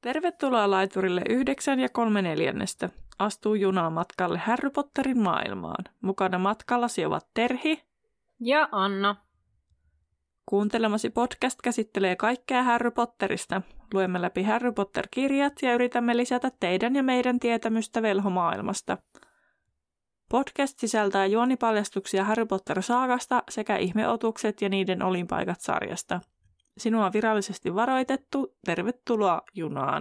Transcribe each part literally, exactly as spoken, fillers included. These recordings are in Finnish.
Tervetuloa laiturille yhdeksän ja kolme neljännestä. Astuu junaan matkalle Harry Potterin maailmaan. Mukana matkallasi ovat Terhi ja Anna. Kuuntelemasi podcast käsittelee kaikkea Harry Potterista. Luemme läpi Harry Potter-kirjat ja yritämme lisätä teidän ja meidän tietämystä velhomaailmasta. Podcast sisältää juonipaljastuksia Harry Potter-saagasta sekä ihmeotukset ja niiden olinpaikat sarjasta. Sinua on virallisesti varoitettu. Tervetuloa junaan.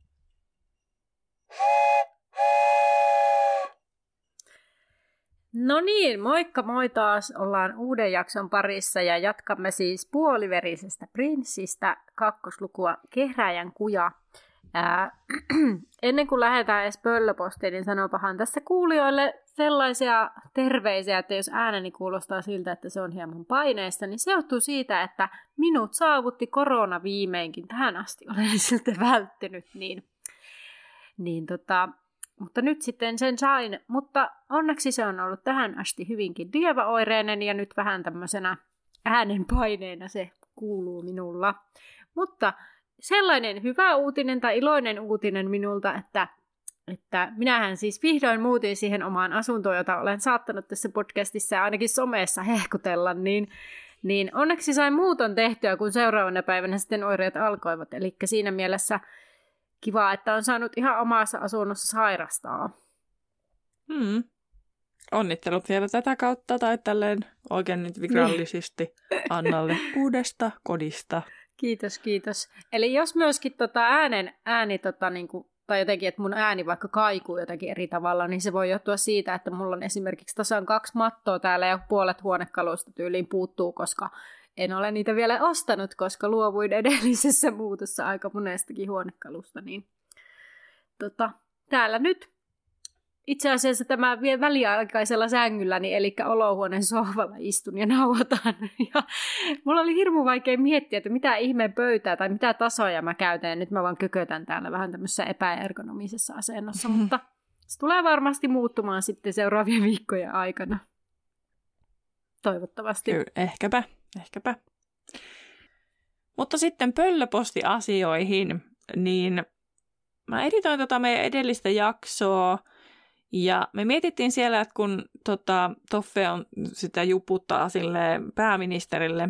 No niin, moikka moi taas. Ollaan uuden jakson parissa ja jatkamme siis puoliverisestä prinssistä kakkoslukua Kehrääjän kuja. Ää, ennen kuin lähdetään edes pöllöpostiin, niin sanopahan tässä kuulijoille sellaisia terveisiä, että jos ääneni kuulostaa siltä, että se on hieman paineessa, niin se johtuu siitä, että minut saavutti korona viimeinkin. Tähän asti olen siltä välttynyt, niin, niin tota, mutta nyt sitten sen sain. Mutta onneksi se on ollut tähän asti hyvinkin lieväoireinen ja nyt vähän tämmöisenä äänenpaineena se kuuluu minulla. Mutta sellainen hyvä uutinen tai iloinen uutinen minulta, että, että minähän siis vihdoin muutin siihen omaan asuntoon, jota olen saattanut tässä podcastissa ja ainakin somessa hehkutella, niin, niin onneksi sain muuton tehtyä, kun seuraavana päivänä sitten oireet alkoivat. Eli siinä mielessä kiva, että on saanut ihan omassa asunnossa sairastaa. Hmm. Onnittelut vielä tätä kautta tai tälleen oikein nyt virallisesti Annalle uudesta kodista. Kiitos, kiitos. Eli jos myöskin tota äänen, ääni, tota, niin kuin, tai jotenkin, että mun ääni vaikka kaikuu jotenkin eri tavalla, niin se voi johtua siitä, että mulla on esimerkiksi tasan kaksi mattoa täällä ja puolet huonekaluista tyyliin puuttuu, koska en ole niitä vielä ostanut, koska luovuin edellisessä muutossa aika monestakin huonekalusta. Niin, tota, täällä nyt itse asiassa tämä vie väliaikaisella sängylläni, eli olohuoneen sohvalla istun ja nauhoitan. Ja mulla oli hirmu vaikea miettiä, että mitä ihmeen pöytää tai mitä tasoja mä käytän. Ja nyt mä vaan kökötän täällä vähän tämmöisessä epäergonomisessa asennossa, mutta se tulee varmasti muuttumaan sitten seuraavien viikkojen aikana. Toivottavasti. Kyllä, ehkäpä, ehkäpä. Mutta sitten pöllöpostiasioihin, niin mä editoin tota meidän edellistä jaksoa. Ja me mietittiin siellä, että kun tota, Toffe on sitä juputtaa sille pääministerille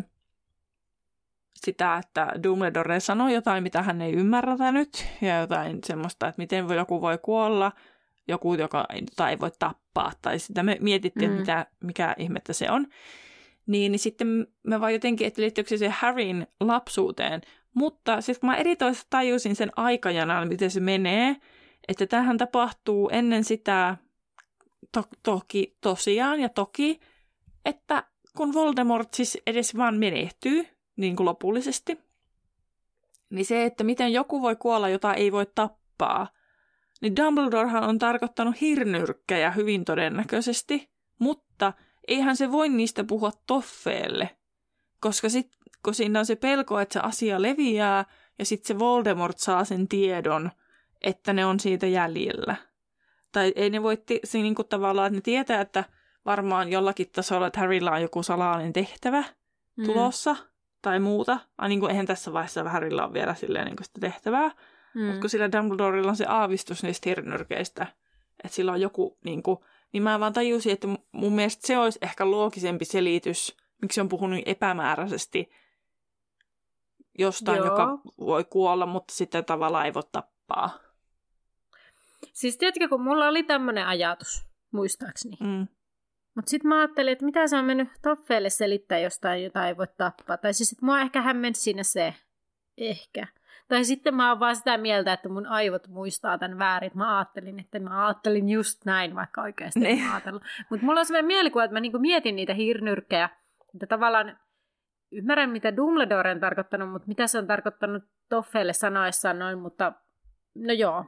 sitä, että Dumbledore sanoi jotain, mitä hän ei ymmärtänyt, ja jotain semmoista, että miten joku voi kuolla, joku, joka jota ei voi tappaa, tai sitä me mietittiin, mm. että mitä, mikä ihmettä se on. Niin, niin sitten me vaan jotenkin, että liittyykö se Harryn lapsuuteen. Mutta sitten kun mä eritoisesti tajusin sen aikajanan, miten se menee, että tämähän tapahtuu ennen sitä to- toki, tosiaan ja toki, että kun Voldemort siis edes vaan menehtyy niin kuin lopullisesti, niin se, että miten joku voi kuolla, jota ei voi tappaa, niin Dumbledorehan on tarkoittanut hirnyrkkejä hyvin todennäköisesti, mutta eihän se voi niistä puhua Toffeelle, koska sitten kun siinä on se pelko, että se asia leviää ja sitten se Voldemort saa sen tiedon, että ne on siitä jäljellä. Tai ei ne voi t- se niin kuin tavallaan, että ne tietää, että varmaan jollakin tasolla, että Harrylla on joku salainen tehtävä mm. tulossa tai muuta. Ai niin kuin eihän tässä vaiheessa Harrylla on vielä silleen niin kuin sitä tehtävää. Mm. Mutta kun sillä Dumbledorella on se aavistus niistä hirnyrkeistä, että sillä on joku, niin, kuin, niin mä vaan tajusin, että mun mielestä se olisi ehkä loogisempi selitys, miksi on puhunut epämääräisesti jostain, Joo. joka voi kuolla, mutta sitten tavallaan ei voi tappaa. Siis tiedätkö, kun mulla oli tämmöinen ajatus, muistaakseni. Mm. Mutta sitten mä ajattelin, että mitä se on mennyt Toffeelle selittää jostain, jota ei voi tappaa. Tai siis, että mua ehkä hämmensi siinä se. Ehkä. Tai sitten mä oon vaan sitä mieltä, että mun aivot muistaa tämän väärin. Mä ajattelin, että mä ajattelin just näin, vaikka oikeasti ne. en ajatellut. Mutta mulla on sellainen mielikuva, että mä niinku mietin niitä hirnyrkkejä. Että tavallaan ymmärrän, mitä Dumbledore on tarkoittanut, mutta mitä se on tarkoittanut Toffeelle sanoessaan noin. Mutta no joo.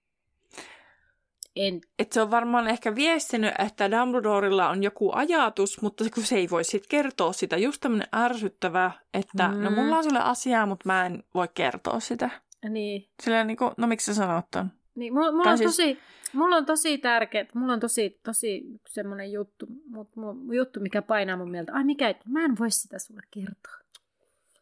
En. Et se on varmaan ehkä viestinyt, että Dumbledorella on joku ajatus, mutta kun se ei voi sitten kertoa sitä. Just tämmöinen ärsyttävä, että mm. no mulla on sulle asiaa, mutta mä en voi kertoa sitä. Niin. Silleen niin kuin, no miksi sä sanot ton? Niin, mulla, mulla, on siis... tosi, mulla on tosi tärkeä, mulla on tosi, tosi semmoinen juttu, mut, juttu, mikä painaa mun mieltä. Ai mikä, mä en voi sitä sulle kertoa.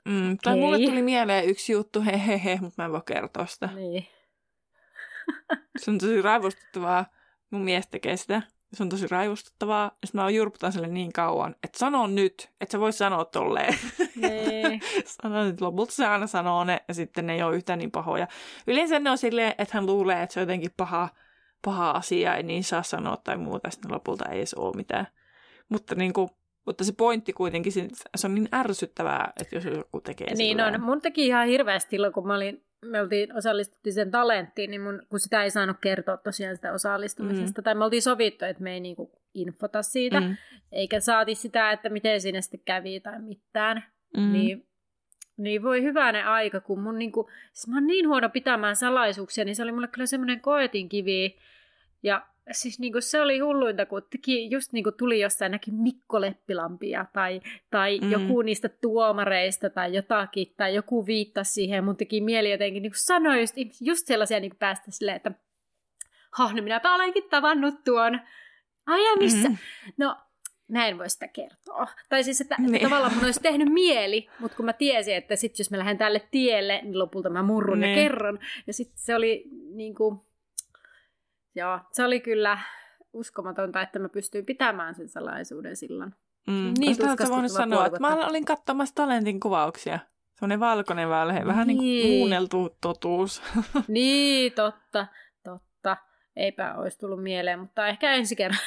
Mm, tai mulle tuli mieleen yksi juttu, he he he, mutta mä en voi kertoa sitä. Niin. Se on tosi raivostuttavaa. Mun mies tekee sitä. Se on tosi raivostuttavaa. Sitten mä jurputan sille niin kauan, että sano nyt, että sä vois sanoa tolleen. Nee. Sano nyt, lopulta se aina sanoo ne, ja sitten ne ei ole yhtään niin pahoja. Yleensä ne on silleen, että hän luulee, että se on jotenkin paha, paha asia, ei niin saa sanoa tai muuta, sitten lopulta ei edes ole mitään. Mutta, niin kuin, mutta se pointti kuitenkin, se on niin ärsyttävää, että jos joku tekee niin silloin. On. Mun teki ihan hirveästi silloin, kun mä olin, me oltiin, osallistuttiin sen talenttiin, niin mun, kun sitä ei saanut kertoa tosiaan sitä osallistumisesta, mm. tai me oltiin sovittu, että me ei niinku infota siitä, mm. eikä saati sitä, että miten siinä sitten kävi tai mitään. Mm. Niin, niin voi hyvänen aika, kun mun niinku, siis mä oon niin huono pitämään salaisuuksia, niin se oli mulle kyllä semmoinen koetinkivi. Ja siis niinku se oli hulluinta, kun teki, just niinku tuli jossain näki Mikko Leppilampia tai, tai mm. joku niistä tuomareista tai jotakin, tai joku viittasi siihen, mun teki mieli jotenkin niinku sanoa just, just sellaisia niinku päästä silleen, että ha, no minäpä olenkin tavannut tuon. Ai ja missä? Mm. No, mä en voi sitä kertoa. Tai siis, että niin. Tavallaan mun olisi tehnyt mieli, mutta kun mä tiesin, että sit jos mä lähden tälle tielle, niin lopulta mä murrun niin. ja kerron. Ja sitten se oli niinku... Joo, se oli kyllä uskomatonta, että mä pystyin pitämään sen salaisuuden silloin. Mm. Niin tuskastuttava voinut sanoa, että mä olin katsomassa talentin kuvauksia. Sellainen valkoinen valhe, vähän niin, niin kuin muunneltu totuus. Niin, totta, totta. Eipä olisi tullut mieleen, mutta ehkä ensi kerran.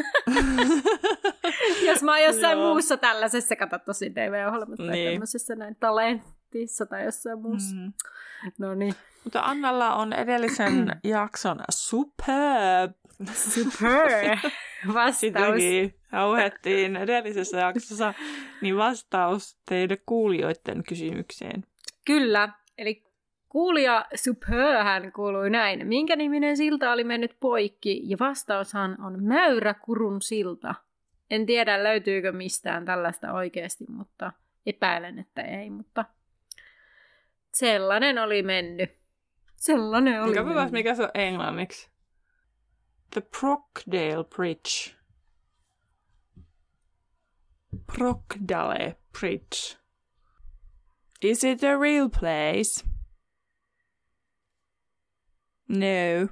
Jos mä oon jossain Joo. muussa tällaisessa, kato tosi T V-ohjelmassa niin. tai tämmöisessä näin talentissa tai jossain muussa. Mm. No niin. Mutta Annalla on edellisen jakson superb. Superb. Vastaus. Sitäkin auhettiin edellisessä jaksossa, niin vastaus teille kuulijoiden kysymykseen. Kyllä, eli kuulija superhän kuului näin. Minkä niminen silta oli mennyt poikki? Ja vastaushan on Mäyräkurun silta. En tiedä, löytyykö mistään tällaista oikeasti, mutta epäilen, että ei, mutta sellainen oli mennyt. Sellainen oli mikä mennyt. Mikä se on englanniksi? The Procdale Bridge. Procdale Bridge. Is it a real place? No.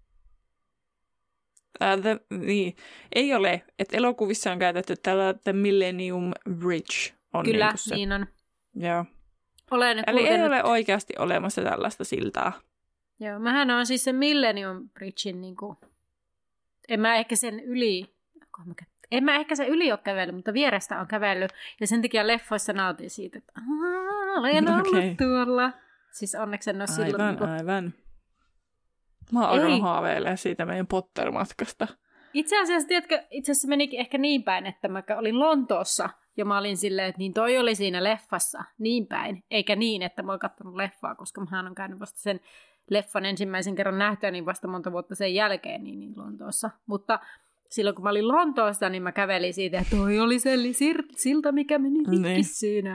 Uh, the, niin, ei ole. Et elokuvissa on käytetty tällä The Millennium Bridge. On Kyllä, niin, se. niin on. Joo. Olen Eli ei ole oikeasti olemassa tällaista siltaa. Joo, mähän on siis se Millennium Bridgein, niin kuin, en mä ehkä sen yli, en mä ehkä sen yli ole kävellyt, mutta vierestä on kävellyt. Ja sen takia leffoissa nautin siitä, että olen ollut okay. tuolla. Siis onneksi en ole aivan, silloin. Aivan, niin aivan. Mä oon alkanut haaveilemaan siitä meidän Potter-matkasta. Itse asiassa, tiedätkö, itse asiassa menikin ehkä niin päin, että mä olin Lontoossa ja mä olin silleen, että niin toi oli siinä leffassa niin päin. Eikä niin, että mä oon katsonut leffaa, koska mähän on käynyt vasta sen leffan ensimmäisen kerran nähtyä, niin vasta monta vuotta sen jälkeen niin, niin Lontoossa. Mutta silloin kun mä olin Lontoossa, niin mä kävelin siitä, että toi oli se silta, mikä meni rikki siinä.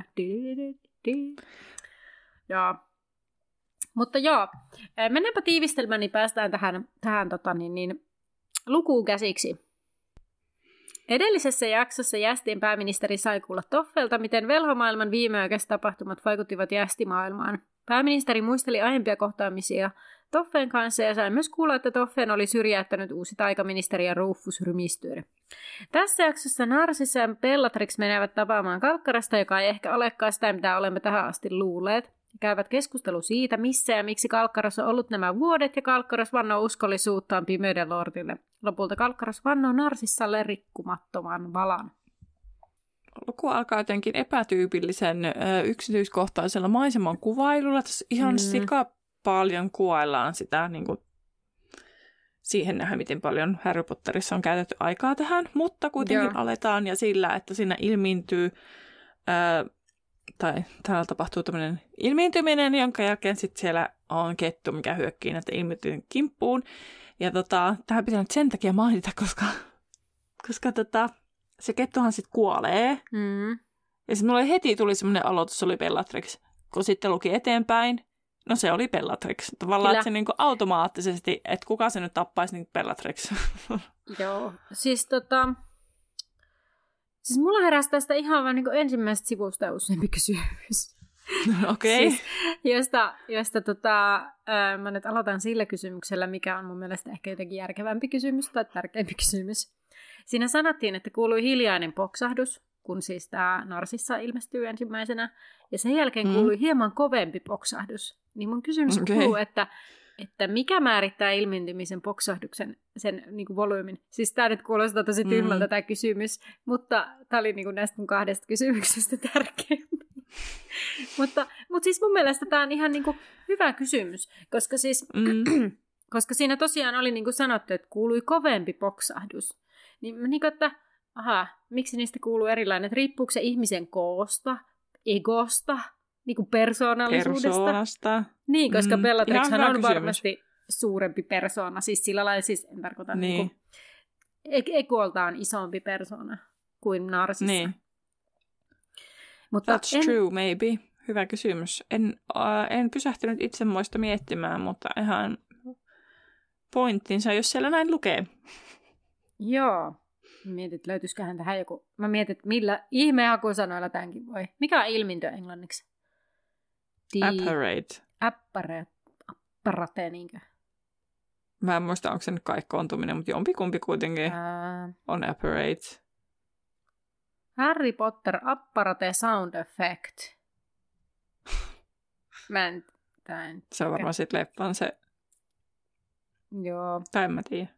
Ja, mutta joo, mennäänpä tiivistelmään, niin päästään tähän, tähän tota, niin, niin, lukuun käsiksi. Edellisessä jaksossa jästien pääministeri sai kuulla Toffelta, miten velhomaailman viimeaikaiset tapahtumat vaikuttivat jästimaailmaan. Pääministeri muisteli aiempia kohtaamisia Toffen kanssa ja sai myös kuulla, että Toffen oli syrjäyttänyt uusi taikaministeri ja Rufus Rymistyr. Tässä jaksossa Narsissa ja Bellatrix menevät tapaamaan Kalkkarasta, joka ei ehkä olekaan sitä, mitä olemme tähän asti luulleet. Käyvät keskustelu siitä, missä ja miksi Kalkkaras on ollut nämä vuodet, ja Kalkkaras vannoo uskollisuuttaan pimeyden lordille. Lopulta Kalkkaras vannoo Narsissalle rikkumattoman valan. Luku alkaa jotenkin epätyypillisen ö, yksityiskohtaisella maiseman kuvailulla. Tässä ihan mm. sika paljon kuvaillaan sitä, niin kuin siihen nähdään, miten paljon Harry Potterissa on käytetty aikaa tähän, mutta kuitenkin Joo. aletaan ja sillä, että siinä ilmiintyy, ö, tai täällä tapahtuu tämmöinen ilmiintyminen, jonka jälkeen sitten siellä on kettu, mikä hyökkii näitä ilmiintyyn kimppuun. Ja tota, tähän pitää nyt sen takia mainita, koska, koska tota, se kettuhan sitten kuolee. Mm. Ja sitten mulle heti tuli semmoinen aloitus, se oli Bellatrix. Kun sitten luki eteenpäin, no se oli Bellatrix. Tavallaan, että se niinku automaattisesti, että kuka se nyt tappaisi, niin Bellatrix. Joo, siis tota... Siis mulla heräsi tästä ihan vaan niin ensimmäisestä sivusta useampi kysymys. Okei. Okay. Siis, josta, josta tota, ää, mä nyt aloitan sillä kysymyksellä, mikä on mun mielestä ehkä jotenkin järkevämpi kysymys tai tärkeämpi kysymys. Siinä sanottiin, että kuului hiljainen poksahdus, kun siis tämä Narsissa ilmestyy ensimmäisenä, ja sen jälkeen kuului mm. hieman kovempi poksahdus. Niin mun kysymys okay. kuuluu, että, että mikä määrittää ilmentymisen poksahduksen sen niin kuin volyymin? Siis tämä nyt kuulostaa tosi tyhmältä mm. tämä kysymys, mutta tämä oli niin kuin näistä mun kahdesta kysymyksestä tärkeämpi. mutta, mutta siis mun mielestä tämä on ihan niin kuin hyvä kysymys, koska, siis, mm. koska siinä tosiaan oli niin kuin sanottu, että kuului kovempi poksahdus. Niin, niin kuin, että aha, miksi niistä kuuluu erilainen? Että riippuuko se ihmisen koosta, egosta, niin kuin persoonallisuudesta? Persoonasta. Niin, koska mm, Bellatrixhan on kysymys. Varmasti suurempi persoona. Siis sillä lailla, siis en tarkoita, niin. niin kuin, egoltaan isompi persoona kuin Narsissa. Niin. Mutta That's en... true, maybe. Hyvä kysymys. En, uh, en pysähtynyt itsemoista miettimään, mutta ihan pointtinsa, jos siellä näin lukee. Joo. Mietin, että löytyisiköhän tähän joku... Mä mietin, että millä ihmeen hakusanoilla tämänkin voi. Mikä on ilmintö englanniksi? The... Apparate. Apparate. Apparate, niinkö? Mä en muista, onko se nyt kaikkoontuminen, mutta jompikumpi kuitenkin Ää... on apparate. Harry Potter apparate sound effect. Mä en... Tämän... Se on varmaan sit leffan se... Joo. Tai en mä tiedä.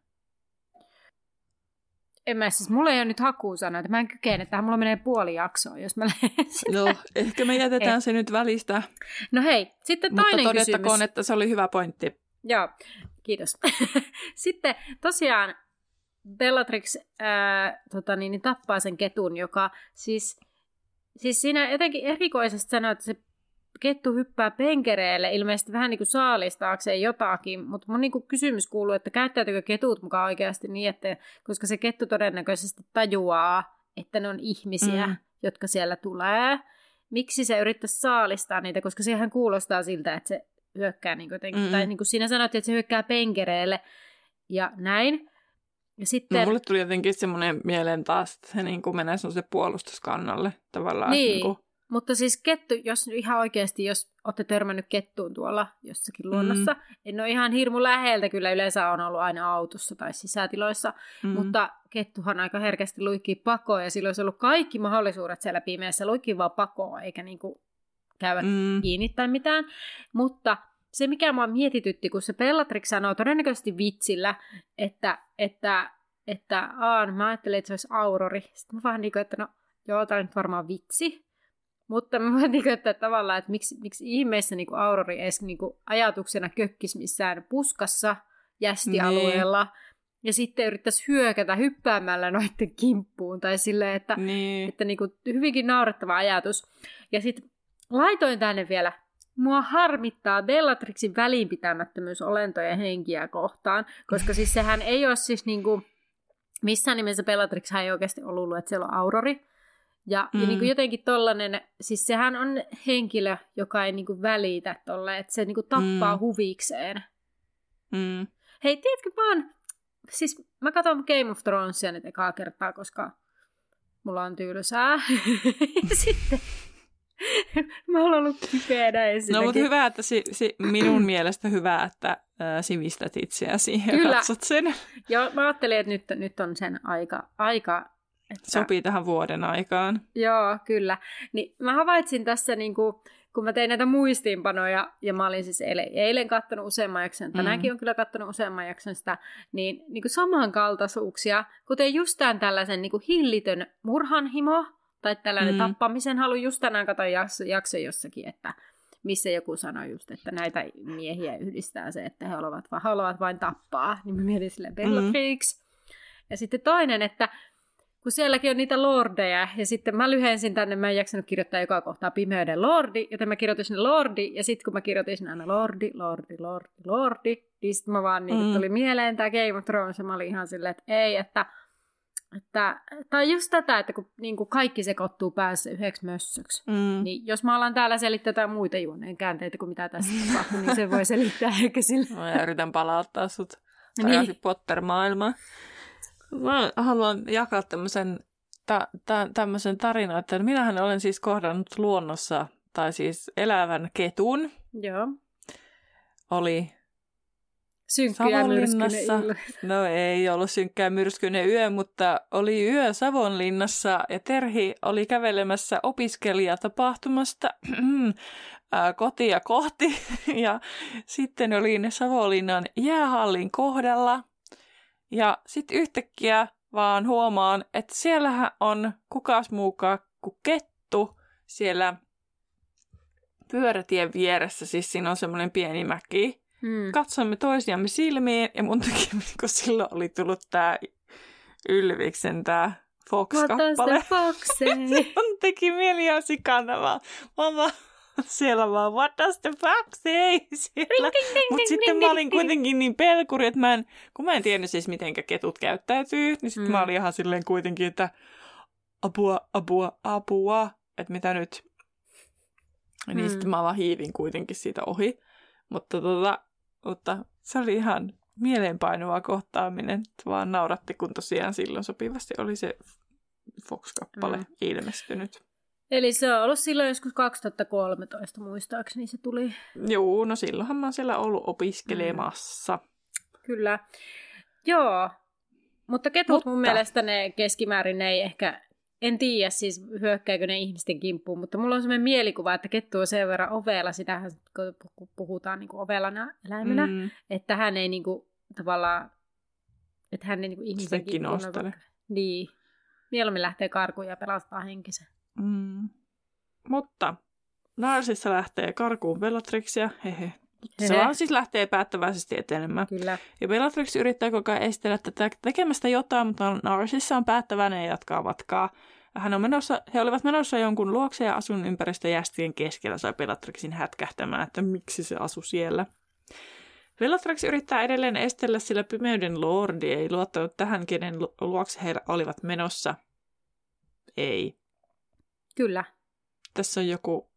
En mä siis, mulla ei ole nyt hakusanoja, että mä en kykene, että mulla menee puoli jaksoa, jos mä lähden sitä. No, ehkä me jätetään eh. se nyt välistä. No hei, sitten toinen kysymys. Mutta todettakoon, että se oli hyvä pointti. Joo, kiitos. Sitten tosiaan Bellatrix ää, tota niin, tappaa sen ketun, joka siis, siis siinä jotenkin erikoisesti sanoo, että se kettu hyppää penkereelle, ilmeisesti vähän niin kuin saalistaakseen jotakin, mutta mun niin kuin kysymys kuuluu, että käyttäytyykö ketut mukaan oikeasti niin, että koska se kettu todennäköisesti tajuaa, että ne on ihmisiä, mm. jotka siellä tulee. Miksi se yrittäisi saalistaa niitä, koska sehän kuulostaa siltä, että se hyökkää niin jotenkin, mm. tai niin kuin siinä sanottiin, että se hyökkää penkereelle ja näin. Ja sitten... No, mulle tuli jotenkin semmoinen mieleen taas, että se niin kuin menee semmoiselle puolustuskannalle tavallaan. Niin. Niin kuin... Mutta siis kettu, jos ihan oikeasti, jos olette törmännyt kettuun tuolla jossakin luonnossa, mm. en ole ihan hirmu läheltä, kyllä yleensä on ollut aina autossa tai sisätiloissa, mm. mutta kettuhan aika herkästi luikkii pakoon ja silloin olisi ollut kaikki mahdollisuudet siellä pimeässä luikkii vaan pakoon, eikä niinku käydä mm. kiinni tai mitään. Mutta se, mikä mua mietitytti, kun se Bellatrix sanoo todennäköisesti vitsillä, että, että, että aah, mä ajattelin, että se olisi Aurori. Sitten mä vaan niin kuin, että no joo, tämä on nyt varmaan vitsi. Mutta mä voin niin että tavallaan, että miksi, miksi ihmeessä niin kuin Aurori edes niin kuin ajatuksena kökkisi missään puskassa jästialueella niin. Ja sitten yrittäisi hyökätä hyppäämällä noiden kimppuun tai silleen, että, niin. että niin kuin hyvinkin naurettava ajatus. Ja sitten laitoin tänne vielä, mua harmittaa Bellatrixin välinpitämättömyys olentojen henkiä kohtaan, koska siis sehän ei ole siis niin kuin, missään nimessä Bellatrix ei oikeasti ollut, että siellä on Aurori. Ja, mm. ja niin kuin jotenkin tollainen, siis sehän on henkilö, joka ei niin kuin välitä tolle, että se niin kuin tappaa mm. huvikseen. Mm. Hei, tiedätkö vaan, siis mä katson Game of Thronesia nyt ekaa kertaa, koska mulla on tylsää. Sitten mä oon ollut kipeänä ensinnäkin. No mutta hyvä, että si, si, minun mielestä hyvä, että äh, sivistät itseäsi ja Kyllä. katsot sen. Joo, mä ajattelin, että nyt, nyt on sen aika... aika Että... Sopii tähän vuoden aikaan. Joo, kyllä. Niin mä havaitsin tässä, niin kuin, kun mä tein näitä muistiinpanoja, ja mä olin siis eilen, eilen katsonut useamman jakson, tänäänkin mm. on kyllä katsonut useamman jakson sitä, niin, niin kuin samankaltaisuuksia, kuten just tämän tällaisen niin kuin hillitön murhanhimo, tai tällainen mm. tappamisen halu. Just tänään katsoin jakso, jakso jossakin, että missä joku sanoi just, että näitä miehiä yhdistää se, että he haluavat, haluavat vain tappaa. Niin mä mietin silleen Bellatrix. Mm. Ja sitten toinen, että kun sielläkin on niitä lordeja, ja sitten mä lyhensin tänne, mä en jaksanut kirjoittaa joka kohtaa pimeyden lordi, joten mä kirjoitin sinne lordi, ja sitten kun mä kirjoitin sinne aina lordi, lordi, lordi, lordi, niin sitten mä vaan niin, mm. tuli mieleen tää Game of Thrones, ja mä olin ihan silleen, että ei, että, että tai just tätä, että kun niin kuin kaikki sekoittuu päässä yhdeksi mössöksi, mm. niin jos mä alan täällä selittää jotain muita juoneen käänteitä kuin mitä tässä tapahtuu, niin se voi selittää ehkä sillä. Mä yritän palauttaa sut takaisin niin. Potter-maailmaan. Mä haluan jakaa tämmöisen, ta, ta, tämmöisen tarinan, että minähän olen siis kohdannut luonnossa tai siis elävän ketun. Joo. Oli synkkä ja myrskyinen ilma. No ei ollut synkkä ja myrskyinen yö, mutta oli yö Savonlinnassa ja Terhi oli kävelemässä opiskelijatapahtumasta kotia kohti. Ja sitten olin Savonlinnan jäähallin kohdalla ja sitten yhtäkkiä vaan huomaan, että siellähän on kukas muukaan kuin kettu siellä pyörätien vieressä. Siis siinä on semmoinen pieni mäki. Hmm. Katsoimme toisiamme silmiin ja mun teki, kun silloin oli tullut tää Ylviksen tää Fox-kappale. What does the fox say? Mun teki mieli ihan sikana vaan. Mä vaan siellä vaan, what does the fox say? Mutta sitten mä olin kuitenkin niin pelkuri, että mä en, kun mä en tiennyt siis mitenkä ketut käyttäytyy, niin sitten hmm. mä olin ihan silleen kuitenkin, että apua, apua, apua, että mitä nyt. Hmm. Niin sitten mä vaan hiivin kuitenkin siitä ohi. Mutta, tota, mutta se oli ihan mieleenpainuva kohtaaminen. Vaan nauratti, kun tosiaan silloin sopivasti oli se Fox-kappale mm. ilmestynyt. Eli se on ollut silloin joskus kaksituhattakolmetoista muistaakseni se tuli. Joo, no silloinhan mä oon siellä ollut opiskelemassa. Mm. Kyllä. Joo, mutta ketut mutta... mun mielestä ne keskimäärin ne ei ehkä... En tiedä siis hyökkääkö ne ihmisten kimppuun, mutta mulla on sellainen mielikuva, että kettu on sen verran ovela, sitähän kun puhutaan niin kuin ovelana eläimenä, mm. että hän ei niin kuin, tavallaan, että hän ei niin kuin ihmisen kimppuun. Niin, mieluummin lähtee karkuun ja pelastaa henkisen. Mm. Mutta Narsissa lähtee karkuun Bellatrixia, hehe. Se vaan siis lähtee päättäväisesti etenemään. Kyllä. Ja Bellatrix yrittää koko ajan estellä tätä tekemästä jotain, mutta Narsissa on päättäväinen ja jatkaa matkaa. Hän on menossa, he olivat menossa jonkun luokse ja asuinympäristö jästien keskellä sai Bellatrixin hätkähtämään, että miksi se asui siellä. Bellatrix yrittää edelleen estellä, sillä pimeyden lordi ei luottanut tähän, kenen luokse he olivat menossa. Ei. Kyllä. Tässä on joku...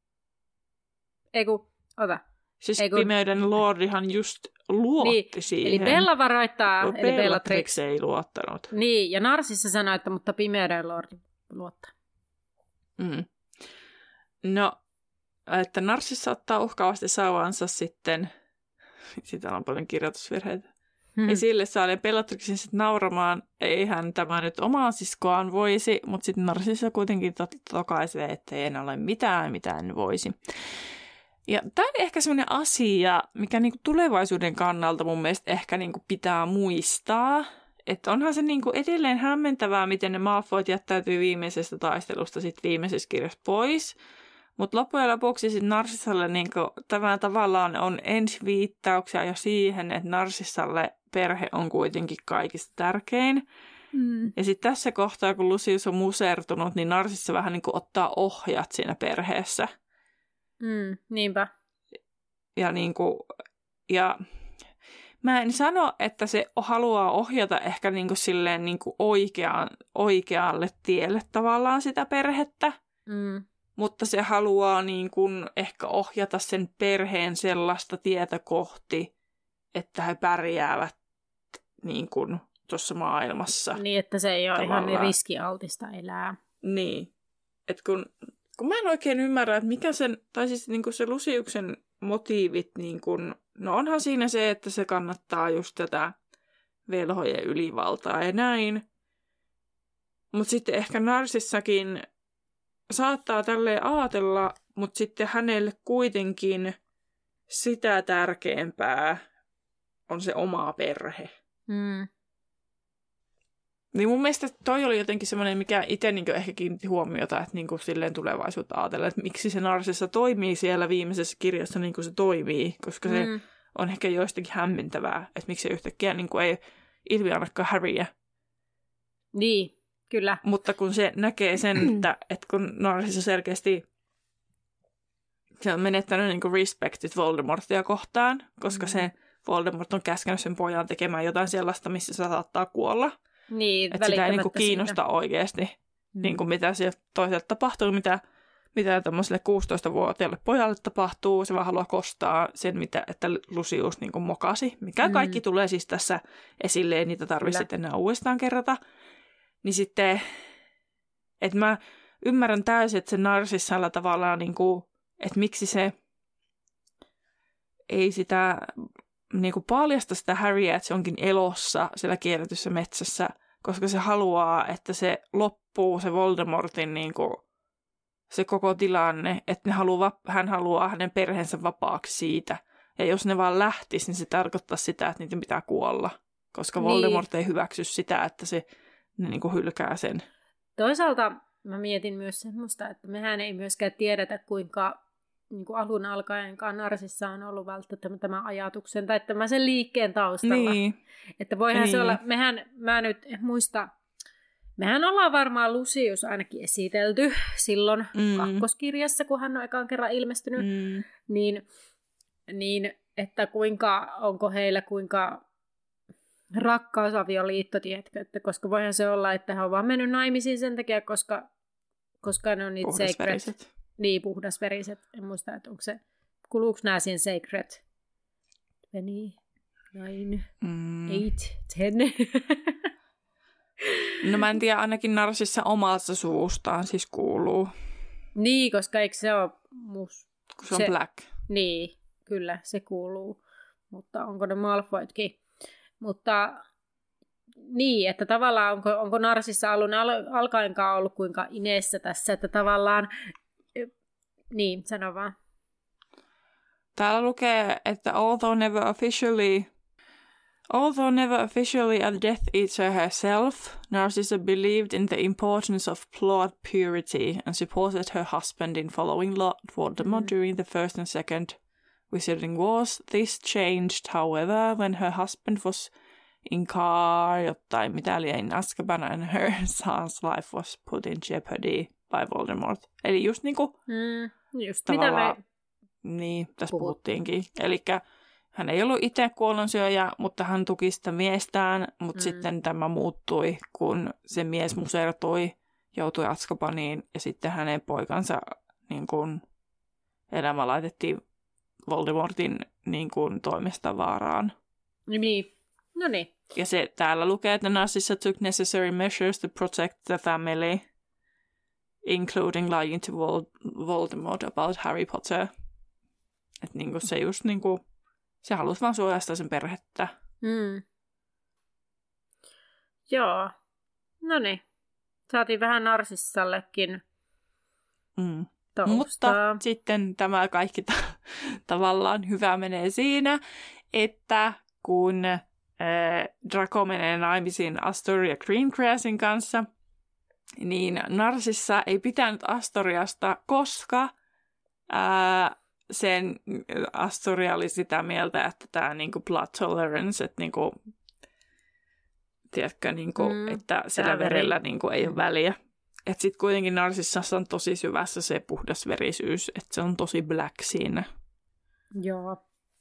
Eiku, ota. Siis Eiku... pimeyden lordihan just luotti niin, siihen. Eli Bella varoittaa, no, eli Bellatrix. Bellatrix ei luottanut. Niin, ja Narsissa sanoi, että mutta pimeyden lordi luottaa. Mm. No, että Narsissa ottaa uhkaavasti sauvansa sitten, siitä on paljon kirjoitusvirheitä, hmm. esille saaden Bellatrixin sitten nauramaan, eihän tämä nyt omaa siskoaan voisi, mutta sitten Narsissa kuitenkin tokaisee, että ei enää ole mitään, mitä en voisi. Ja tämä on ehkä sellainen asia, mikä niinku tulevaisuuden kannalta mun mielestä ehkä niinku pitää muistaa. Että onhan se niinku edelleen hämmentävää, miten ne Malfoyt jättäytyy viimeisestä taistelusta sit viimeisessä kirjassa pois. Mutta loppujen lopuksi sit Narsissalle niinku, tämä tavallaan on ensiviittauksia jo siihen, että Narsissalle perhe on kuitenkin kaikista tärkein. Mm. Ja sitten tässä kohtaa, kun Lucius on musertunut, niin Narsissa vähän niinku ottaa ohjat siinä perheessä. Mm, niinpä. Ja, niin kuin, ja mä en sano, että se haluaa ohjata ehkä niin kuin silleen niin kuin oikeaan, oikealle tielle tavallaan sitä perhettä, mm. mutta se haluaa niin kuin ehkä ohjata sen perheen sellaista tietä kohti, että he pärjäävät niin kuin tuossa maailmassa. Niin, että se ei ole tavallaan ihan niin riskialtista elää. Niin, että kun... Kun mä en oikein ymmärrä, että mikä sen, tai siis niin kuin se Luciuksen motiivit, niin kuin, no onhan siinä se, että se kannattaa just tätä velhojen ylivaltaa ja näin. Mutta sitten ehkä Narsissakin saattaa tälleen ajatella, mutta sitten hänelle kuitenkin sitä tärkeämpää on se oma perhe. Mm. Niin mun mielestä toi oli jotenkin semmoinen, mikä itse niin ehkä kiinnitti huomiota, että niin silleen tulevaisuutta ajatella, että miksi se Narsissa toimii siellä viimeisessä kirjassa niin kuin se toimii, koska se mm. on ehkä joistakin hämmentävää, että miksi se yhtäkkiä niin kuin ei ilmiannakaan Harryä. Niin, kyllä. Mutta kun se näkee sen, että, että kun Narsissa selkeästi se on menettänyt niin kuin respectit Voldemortia kohtaan, koska mm. se Voldemort on käskenyt sen pojan tekemään jotain sellaista, missä se saattaa kuolla. Niin, että sitä ei niinku kiinnosta siitä oikeasti, mm. niinku mitä sieltä toiselle tapahtuu, mitä, mitä tämmöiselle kuusitoistavuotiaalle pojalle tapahtuu. Se vaan haluaa kostaa sen, mitä, että Lucius niinku mokasi, mikä mm. kaikki tulee siis tässä esille, ei niitä tarvitse sitten enää uudestaan kerrata. Niin sitten, että mä ymmärrän täysin, että se Narsissalla tavallaan niinku että miksi se ei sitä niin kuin paljasta sitä Harryä, että se onkin elossa siellä kielletyssä metsässä, koska se haluaa, että se loppuu, se Voldemortin niin kuin, se koko tilanne, että ne haluaa, hän haluaa hänen perheensä vapaaksi siitä. Ja jos ne vaan lähtis, niin se tarkoittaa sitä, että niiden pitää kuolla, koska niin. Voldemort ei hyväksy sitä, että se ne niin kuin hylkää sen. Toisaalta mä mietin myös semmoista, että mehän ei myöskään tiedetä, kuinka niin kuin alun alkaen Narsissa on ollut välttämättä tämän ajatuksen tai tämän sen liikkeen taustalla. Niin. Että voihan niin. se olla, mehän, mä nyt en muista, mehän ollaan varmaan Lucius ainakin esitelty silloin mm. kakkoskirjassa, kun hän on ekan kerran ilmestynyt, mm. niin, niin että kuinka, onko heillä kuinka rakkausavioliitto, tiedätkö, että koska voihan se olla, että he on vaan mennyt naimisiin sen takia, koska, koska ne on niitä sacred. Niin, puhdasveriset. En muista, että onko se, kuluuko nämä siihen sacred? Twenty, nine, mm. eight, ten. No mä en tiedä, ainakin Narsissa omasta suustaan siis kuuluu. Niin, koska eikö se ole mus... Kun se on se... black. Niin, kyllä, se kuuluu. Mutta onko ne Malfoytkin? Mutta niin, että tavallaan onko, onko Narsissa alun al- alkaenkaan ollut kuinka ineessä tässä, että tavallaan... Niin, sano vaan. Täällä lukee, että although never officially, although never officially a Death Eater herself, Narcissa believed in the importance of blood purity and supported her husband in following Lord Voldemort mm. during the First and Second Wizarding Wars. This changed, however, when her husband was in car, jotain mitä liian Azkaban, and her son's life was put in jeopardy by Voldemort. Eli just niinku mm, just tavallaan, mitä me niin, tässä puhut. puhuttiinkin. Elikkä hän ei ollut itse kuollonsyöjä, mutta hän tuki sitä miestään, mutta mm. sitten tämä muuttui, kun se mies musertui, joutui Azkabaniin ja sitten hänen poikansa niin kuin, elämä laitettiin Voldemortin niin kuin, toimesta vaaraan. Niin, no niin. Ja se täällä lukee, että Narcissa took necessary measures to protect the family, including lying to Vol- Voldemort about Harry Potter. Että niinku se just niinku, se halusi vaan suojastaa sen perhettä. Mm. Joo. No niin. Saatiin vähän Narcissallekin mm. Mutta sitten tämä kaikki ta- tavallaan hyvä menee siinä, että kun äh, Draco menee naimisiin Astoria Greengrassin kanssa, niin Narcissa ei pitänyt Astoriasta, koska ää, sen Astoria oli sitä mieltä, että tämä niinku blood tolerance, että niinku, tiedätkö, niinku, mm, että sillä verellä niinku ei ole väliä. Että sitten kuitenkin Narcissassa on tosi syvässä se puhdasverisyys, että se on tosi black siinä. Joo.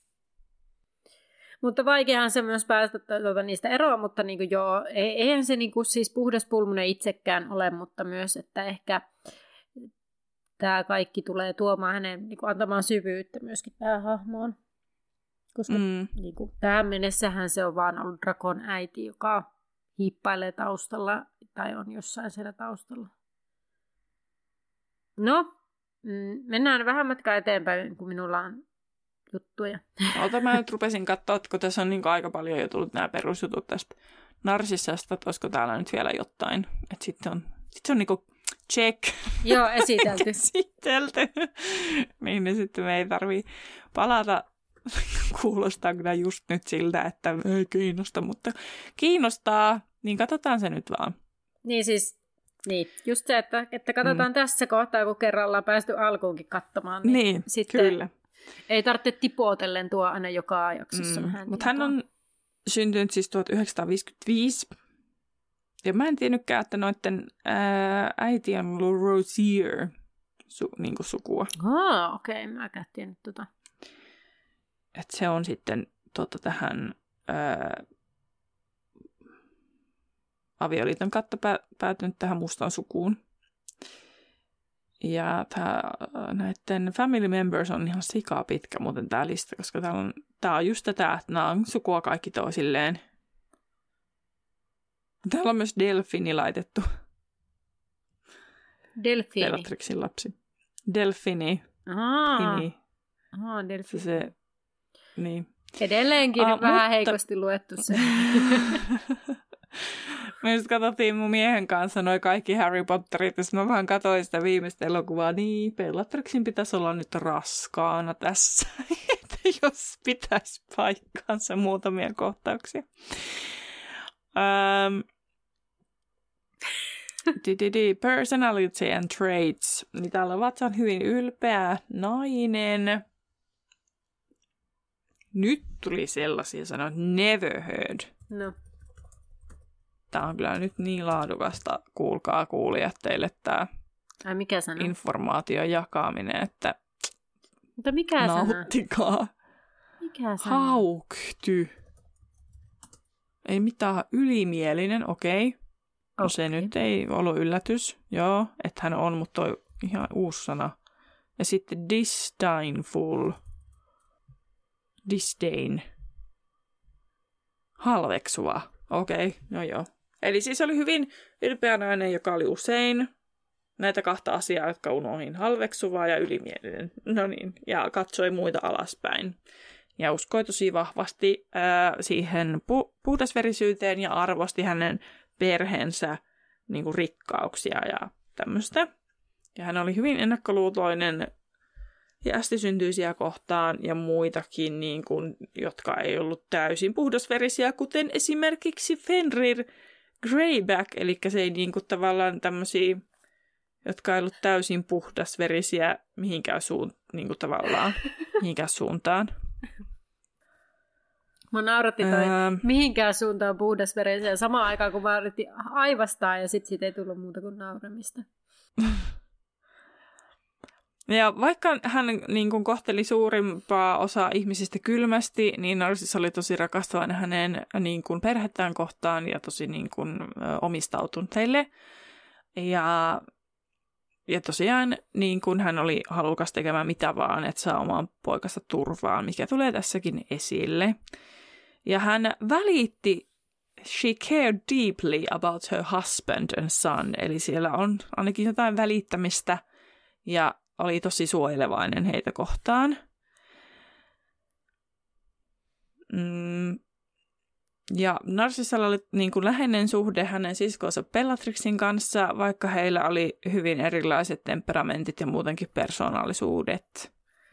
Mutta vaikeahan se myös päästä tuota, niistä eroon, mutta niin kuin joo, eihän se niin kuin, siis puhdaspulmunen itsekään ole, mutta myös, että ehkä tämä kaikki tulee tuomaan hänen, niin kuin, antamaan syvyyttä myöskin tähän hahmoon. Koska mm. niin kuin, tähän mennessähän se on vaan ollut Dracon äiti, joka hiippailee taustalla tai on jossain siellä taustalla. No, mennään vähän matkaa eteenpäin, kun minulla on juttuja. Ota, mä nyt rupesin katsoa, kun tässä on niin aika paljon jo tullut nämä perusjutut tästä Narcissasta, että olisiko täällä nyt vielä jotain. Että sitten on, sit se on niinku check. Joo, esitelty. esitelty. Niin, niin sitten me ei tarvii palata. Kuulostaa kyllä just nyt siltä, että ei kiinnosta, mutta kiinnostaa, niin katsotaan se nyt vaan. Niin siis, niin, just se, että, että katsotaan mm. tässä kohtaa, kun kerran ollaan päästy alkuunkin katsomaan. Niin, niin sitten kyllä. Ei tarvitse tipotellen tuo aina joka jaksossa. Mm. Mutta hän on syntynyt siis tuhatyhdeksänsataaviisikymmentäviisi. Ja mä en tiennytkään, että noiden ää, äiti on ollut Rosier su, niin kuin sukua. Ah, okei. Okay. Mä en tiennyt tota. Että se on sitten tota, tähän ää, avioliiton kautta pä, päätynyt tähän mustaan sukuun. Ja tää, näiden family members on ihan sikaa pitkä muuten tää lista, koska tää on, tää on just tätä, että nämä on sukua kaikki toisilleen. Täällä on myös Delfini laitettu. Delfini? Bellatrixin lapsi. Delfini. Ahaa. Niin. Ahaa, Delfi. Se, se, niin. Edelleenkin Ah, vähän mutta... heikosti luettu se. Me just katsottiin mun miehen kanssa noi kaikki Harry Potterit, ja mä vaan katsoin sitä viimeistä elokuvaa, niin Bellatrixin pitäisi olla nyt raskaana tässä, että jos pitäisi paikkaansa muutamia kohtauksia. Um, personality and traits. Niin täällä vatsa on hyvin ylpeä nainen. Nyt tuli sellaisia sanoja, never heard. No. Tämä on kyllä nyt niin laadukasta, kuulkaa kuulijat teille tämä Ai mikä sana? informaation jakaminen, että Mutta mikä sana? nauttikaa. Mikä sana? Haukty. Ei mitään ylimielinen, okei. Okay. No se Okei. nyt ei ollut yllätys, joo, että hän on, mutta toi ihan uusi sana. Ja sitten disdainful. Disdain. Halveksuva. Okei, okay, no joo. Eli siis oli hyvin ylpeä nainen, joka oli usein näitä kahta asiaa, jotka unohin. Halveksuva ja ylimielinen. No niin, ja katsoi muita alaspäin. Ja uskoi tosi vahvasti ää, siihen pu- puhdasverisyyteen ja arvosti hänen perheensä niin kuin rikkauksia ja tämmöistä. Ja hän oli hyvin ennakkoluuloinen ja ästisyntyisiä kohtaan ja muitakin, niin kuin, jotka ei ollut täysin puhdasverisiä, kuten esimerkiksi Fenrir Greyback, eli se ei niin kuin, tavallaan tämmöisiä, jotka ei ollut täysin puhdasverisiä mihinkään, suun, niin kuin, tavallaan, mihinkään suuntaan. Mä nauratti toi, Ää... mihinkään suuntaan puhdasverisiä samaan aikaan, kun mä yritin aivastaa ja sit siitä ei tullut muuta kuin nauramista. Ja vaikka hän niin kuin kohteli suurimpaa osaa ihmisistä kylmästi, niin Narcissus oli tosi rakastavan hänen niin kuin perhettään kohtaan ja tosi niin kuin, ö, omistautunut heille. Ja, ja tosiaan niin kuin hän oli halukas tekemään mitä vaan, että saa oman poikansa turvaan, mikä tulee tässäkin esille. Ja hän välitti, she cared deeply about her husband and son, eli siellä on ainakin jotain välittämistä ja oli tosi suojelevainen heitä kohtaan. Mm. Ja Narcissalla oli niin kuin läheinen suhde hänen siskonsa Bellatrixin kanssa, vaikka heillä oli hyvin erilaiset temperamentit ja muutenkin persoonallisuudet.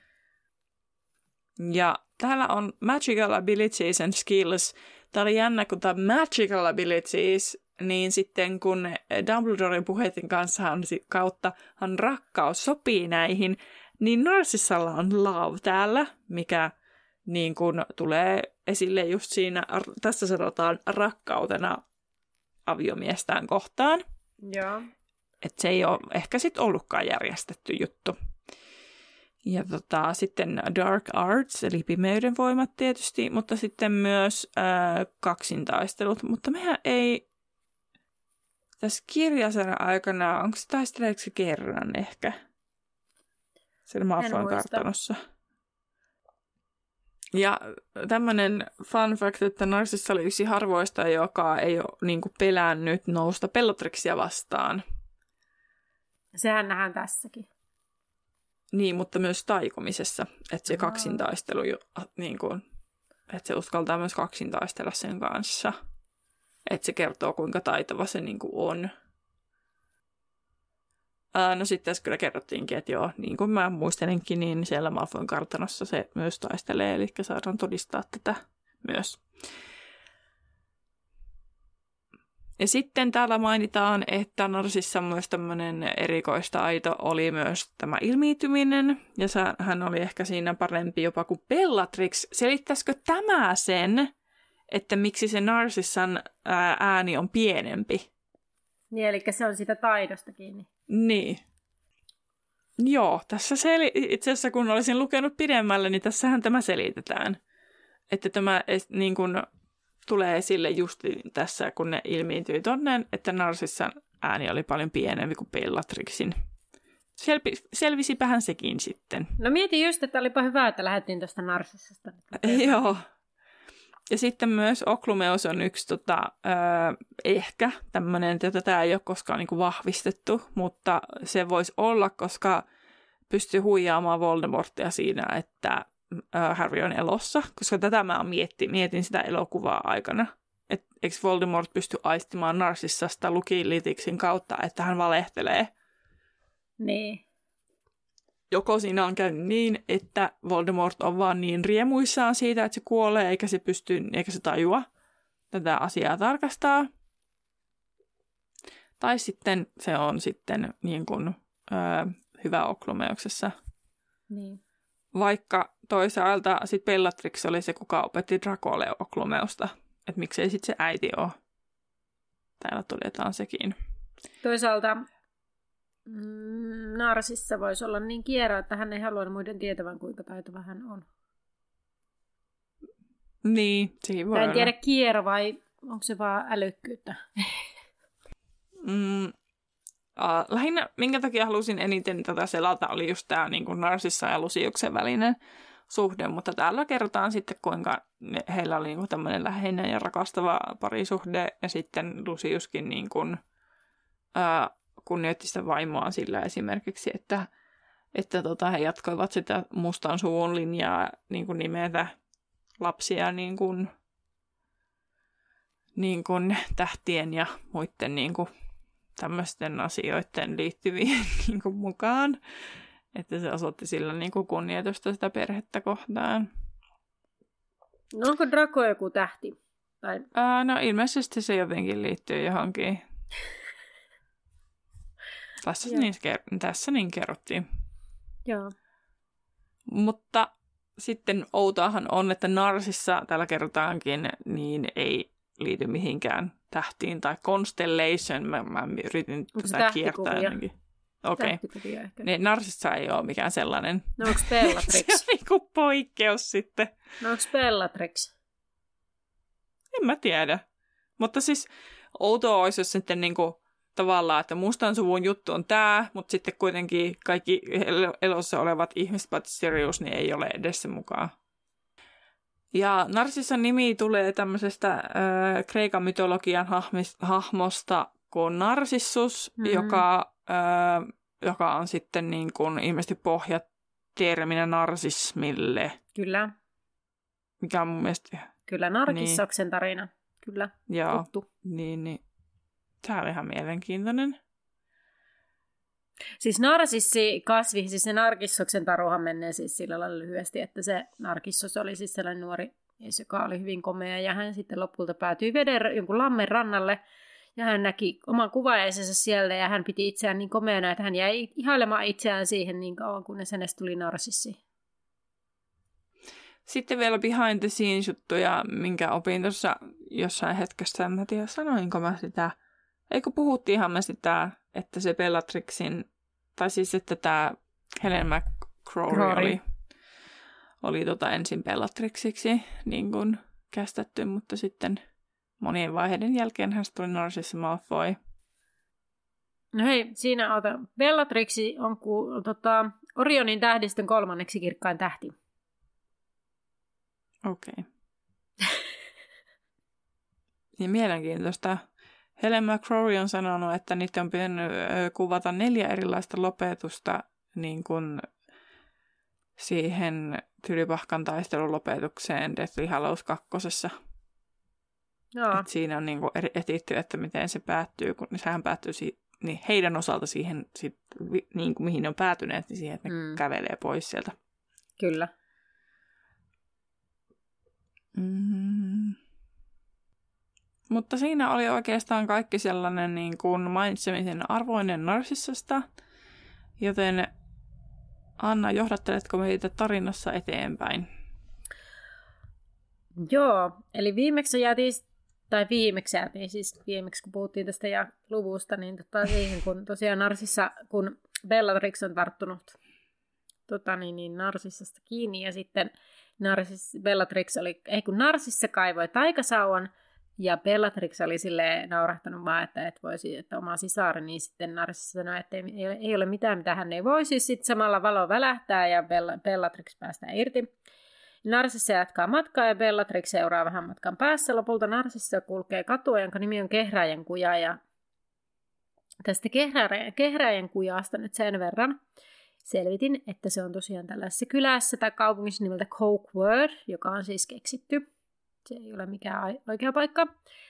Ja täällä on magical abilities and skills. Tämä oli jännä, kun tämä magical abilities, niin sitten kun Dumbledoren puheiden kanssa on kautta hän rakkaus sopii näihin, niin Narcissalla on love täällä, mikä niin kun tulee esille just siinä, tässä sanotaan rakkautena aviomiestään kohtaan. Joo. Että se ei ole ehkä sitten ollutkaan järjestetty juttu. Ja tota, sitten dark arts, eli pimeyden voimat tietysti, mutta sitten myös ää, kaksintaistelut. Mutta mehän ei tässä kirjasarjan aikana, onko se taisteleeko se kerran ehkä? Siellä Malfoyn kartanossa. Ja tämmöinen fun fact, että Narcissus oli yksi harvoista, joka ei ole niin kuin pelännyt nousta Bellatrixia vastaan. Sehän nähdään tässäkin. Niin, mutta myös taikomisessa, että se kaksintaistelu, niin kuin, että se uskaltaa myös kaksintaistella sen kanssa. Että se kertoo, kuinka taitava se niin kuin on. Ää, no sitten tässä kyllä kerrottiinkin, että joo, niin kuin mä muistelenkin, niin siellä Malfoyn kartanossa se myös taistelee, eli saadaan todistaa tätä myös. Ja sitten täällä mainitaan, että Narcissa myös tämmöinen erikoistaito oli myös tämä ilmiintyminen, ja hän oli ehkä siinä parempi jopa kuin Bellatrix. Selittäisikö tämä sen, että miksi se Narcissan ääni on pienempi? Niin, eli se on siitä taidosta kiinni. Niin. Joo, tässä seli- itse asiassa kun olisin lukenut pidemmälle, niin tässähän tämä selitetään. Että tämä niin kuin tulee esille just tässä, kun ne ilmiintyi tonne, että Narcissan ääni oli paljon pienempi kuin Bellatrixin. Selvi- selvisipähän sekin sitten. No mietin just, että olipa hyvä, että lähdettiin tuosta Narcissasta. Joo. Ja sitten myös Oklumeus on yksi tota, öö, ehkä tämmöinen, että tätä ei ole koskaan niinku vahvistettu, mutta se voisi olla, koska pystyy huijaamaan Voldemortia siinä, että Harry on elossa, koska tätä mä mietin, mietin sitä elokuvaa aikana. Että eikö Voldemort pysty aistimaan Narsissasta Lucky Littixin kautta, että hän valehtelee. Niin. Joko siinä on käynyt niin, että Voldemort on vaan niin riemuissaan siitä, että se kuolee, eikä se pysty, eikä se tajua tätä asiaa tarkastaa. Tai sitten se on sitten niin kuin, ö, hyvä Oklumeuksessa. Niin. Vaikka toisaalta sitten Bellatrix oli se, kuka opetti Dracolle Oklumeusta. Että miksei sitten se äiti ole. Täällä todetaan sekin. Toisaalta mm, Narsissa voisi olla niin kiero, että hän ei halua muiden tietävän, kuinka taitava hän on. Niin, sekin voi en olla. tiedä kiero vai onko se vaan älykkyyttä. Mm, äh, lähinnä, minkä takia halusin eniten tätä selata, oli just tämä niin kuin Narsissa ja Luciuksen välinen suhde, mutta täällä kerrotaan sitten, kuinka ne, heillä oli niin kuin tämmöinen läheinen ja rakastava parisuhde, ja sitten Luciuskin niin kuin, äh, kunnioitti sitä vaimoaan sillä esimerkiksi, että, että tota, he jatkoivat sitä mustan suvun linjaa niin kuin nimetä lapsia niin kuin, niin kuin tähtien ja muiden niin kuin tämmöisten asioiden liittyviin niin kuin mukaan. Että se osoitti sillä niin kuin kunnioitusta sitä perhettä kohtaan. No onko Draco joku tähti? Tai... Ää, no ilmeisesti se jotenkin liittyy johonkin. Tässä, niin, tässä niin kerrottiin. Joo. Mutta sitten outoahan on, että Narsissa, täällä kerrotaankin, niin ei liity mihinkään tähtiin tai constellation. Mä, mä yritin tätä kiertää jotenkin. Okei. Okay. Niin, Narsissa ei ole mikään sellainen. No onko Bellatrix? Se on niinku poikkeus sitten. No onko Bellatrix? En mä tiedä. Mutta siis outoa olisi, jos sitten niinku tavallaan, että mustan suvun juttu on tää, mutta sitten kuitenkin kaikki elossa olevat ihmiset, paitsi Sirius, niin ei ole edes sen mukaan. Ja Narsissan nimi tulee tämmöisestä äh, Kreikan mytologian hahmis, hahmosta kuin Narsissus, mm-hmm. joka, äh, joka on sitten niin kuin ilmeisesti pohjaterminä narsismille. Kyllä. Mikä on mun mielestä... Kyllä, Narkissoksen niin. tarina. Kyllä, joo, tuttu. Niin, niin. Tämä on ihan mielenkiintoinen. Siis narsissi kasvi, siis se Narkissoksen taruhan menee siis sillä lailla lyhyesti, että se Narkissos oli siis sellainen nuori mies, joka oli hyvin komea, ja hän sitten lopulta päätyi veden jonkun lammen rannalle, ja hän näki oman kuvaisensa sieltä, ja hän piti itseään niin komeana, että hän jäi ihailemaan itseään siihen niin kauan, kunnes hänestä tuli narsissi. Sitten vielä behind the scenes juttuja, minkä opin tuossa jossain hetkessä, en mä tiedä sanoinko mä sitä. Eikö puhuttiinhan me sitä, että se Bellatrixin, tai siis että tämä Helen McCrory oli, oli tota ensin Bellatrixiksi niin kuin kästetty, mutta sitten monien vaiheiden jälkeen hän tuli Narcissa Malfoy. No hei, siinä ota. Bellatrixi on ku, tota, Orionin tähdistön kolmanneksi kirkkain tähti. Okei. Okay. Ja mielenkiintoista. Helen McCrory on sanonut, että niitä on pitänyt kuvata neljä erilaista lopetusta niin kuin siihen Tylypahkan taistelun lopetukseen Deathly Hallows kakkosessa. Et siinä on niin kuin etitty, että miten se päättyy, kun sehän päättyy si- niin heidän osalta siihen, sit, niin kuin mihin ne on päätyneet, niin siihen, että ne mm. kävelee pois sieltä. Kyllä. Mm. Mutta siinä oli oikeastaan kaikki sellainen niin kuin mainitsemisen arvoinen Narsissasta, joten Anna, johdatteletko meitä tarinassa eteenpäin? Joo, eli viimeksi jäätiin, tai viimeksi jäätiin, siis viimeksi kun puhuttiin tästä ja luvusta, niin tota siihen, kun tosiaan Narsissa, kun Bellatrix on tarttunut tota niin, niin Narsissasta kiinni, ja sitten Narsis, Bellatrix oli, ei kun Narsissa kaivoi taikasauvan, ja Bellatrix oli silleen naurahtanut vaan, että et voisi, että oma sisari, niin sitten Narsissa sanoi, että ei, ei ole mitään, mitä hän ei voisi. Sitten samalla valo välähtää ja Bella, Bellatrix päästään irti. Narsissa jatkaa matkaa ja Bellatrix seuraa vähän matkan päässä. Lopulta Narsissa kulkee katua, jonka nimi on Kehräjän kuja. Ja tästä Kehräjän, Kehräjän kujasta nyt sen verran, selvitin, että se on tosiaan tällaisessa kylässä tai kaupungissa nimeltä Cokewood, joka on siis keksitty. Se ei ole mikään oikea paikka.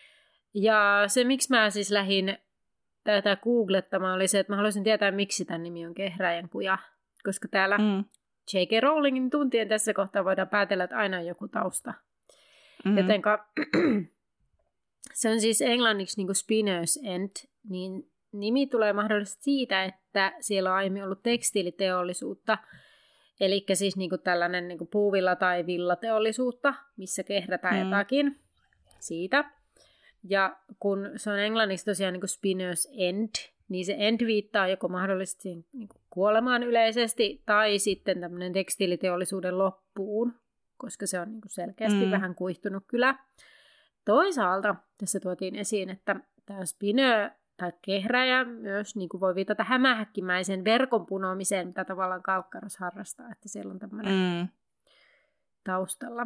Ja se, miksi mä siis lähdin tätä googlettamaan, oli se, että mä haluaisin tietää, miksi tämän nimi on Kehräjän kuja. Koska täällä mm. J K. Rowlingin tuntien tässä kohtaa voidaan päätellä, että aina on joku tausta. Mm-hmm. Jotenka se on siis englanniksi niin kuin Spinner's End, niin nimi tulee mahdollisesti siitä, että siellä on aiemmin ollut tekstiiliteollisuutta, eli siis niin kuin tällainen niin kuin puuvilla- tai villateollisuutta, missä kehrätään mm. jotakin siitä. Ja kun se on englanniksi tosiaan niin kuin Spinner's End, niin se end viittaa joko mahdollisesti niin kuin kuolemaan yleisesti, tai sitten tämmöinen tekstiiliteollisuuden loppuun, koska se on niin kuin selkeästi mm. vähän kuihtunut kylä. Toisaalta tässä tuotiin esiin, että tämä spinner tai kehräjä myös niin kuin voi viitata hämähäkkimäisen verkon punoamiseen, mitä tavallaan Kalkkaros harrastaa, että siellä on tämmöinen mm. taustalla.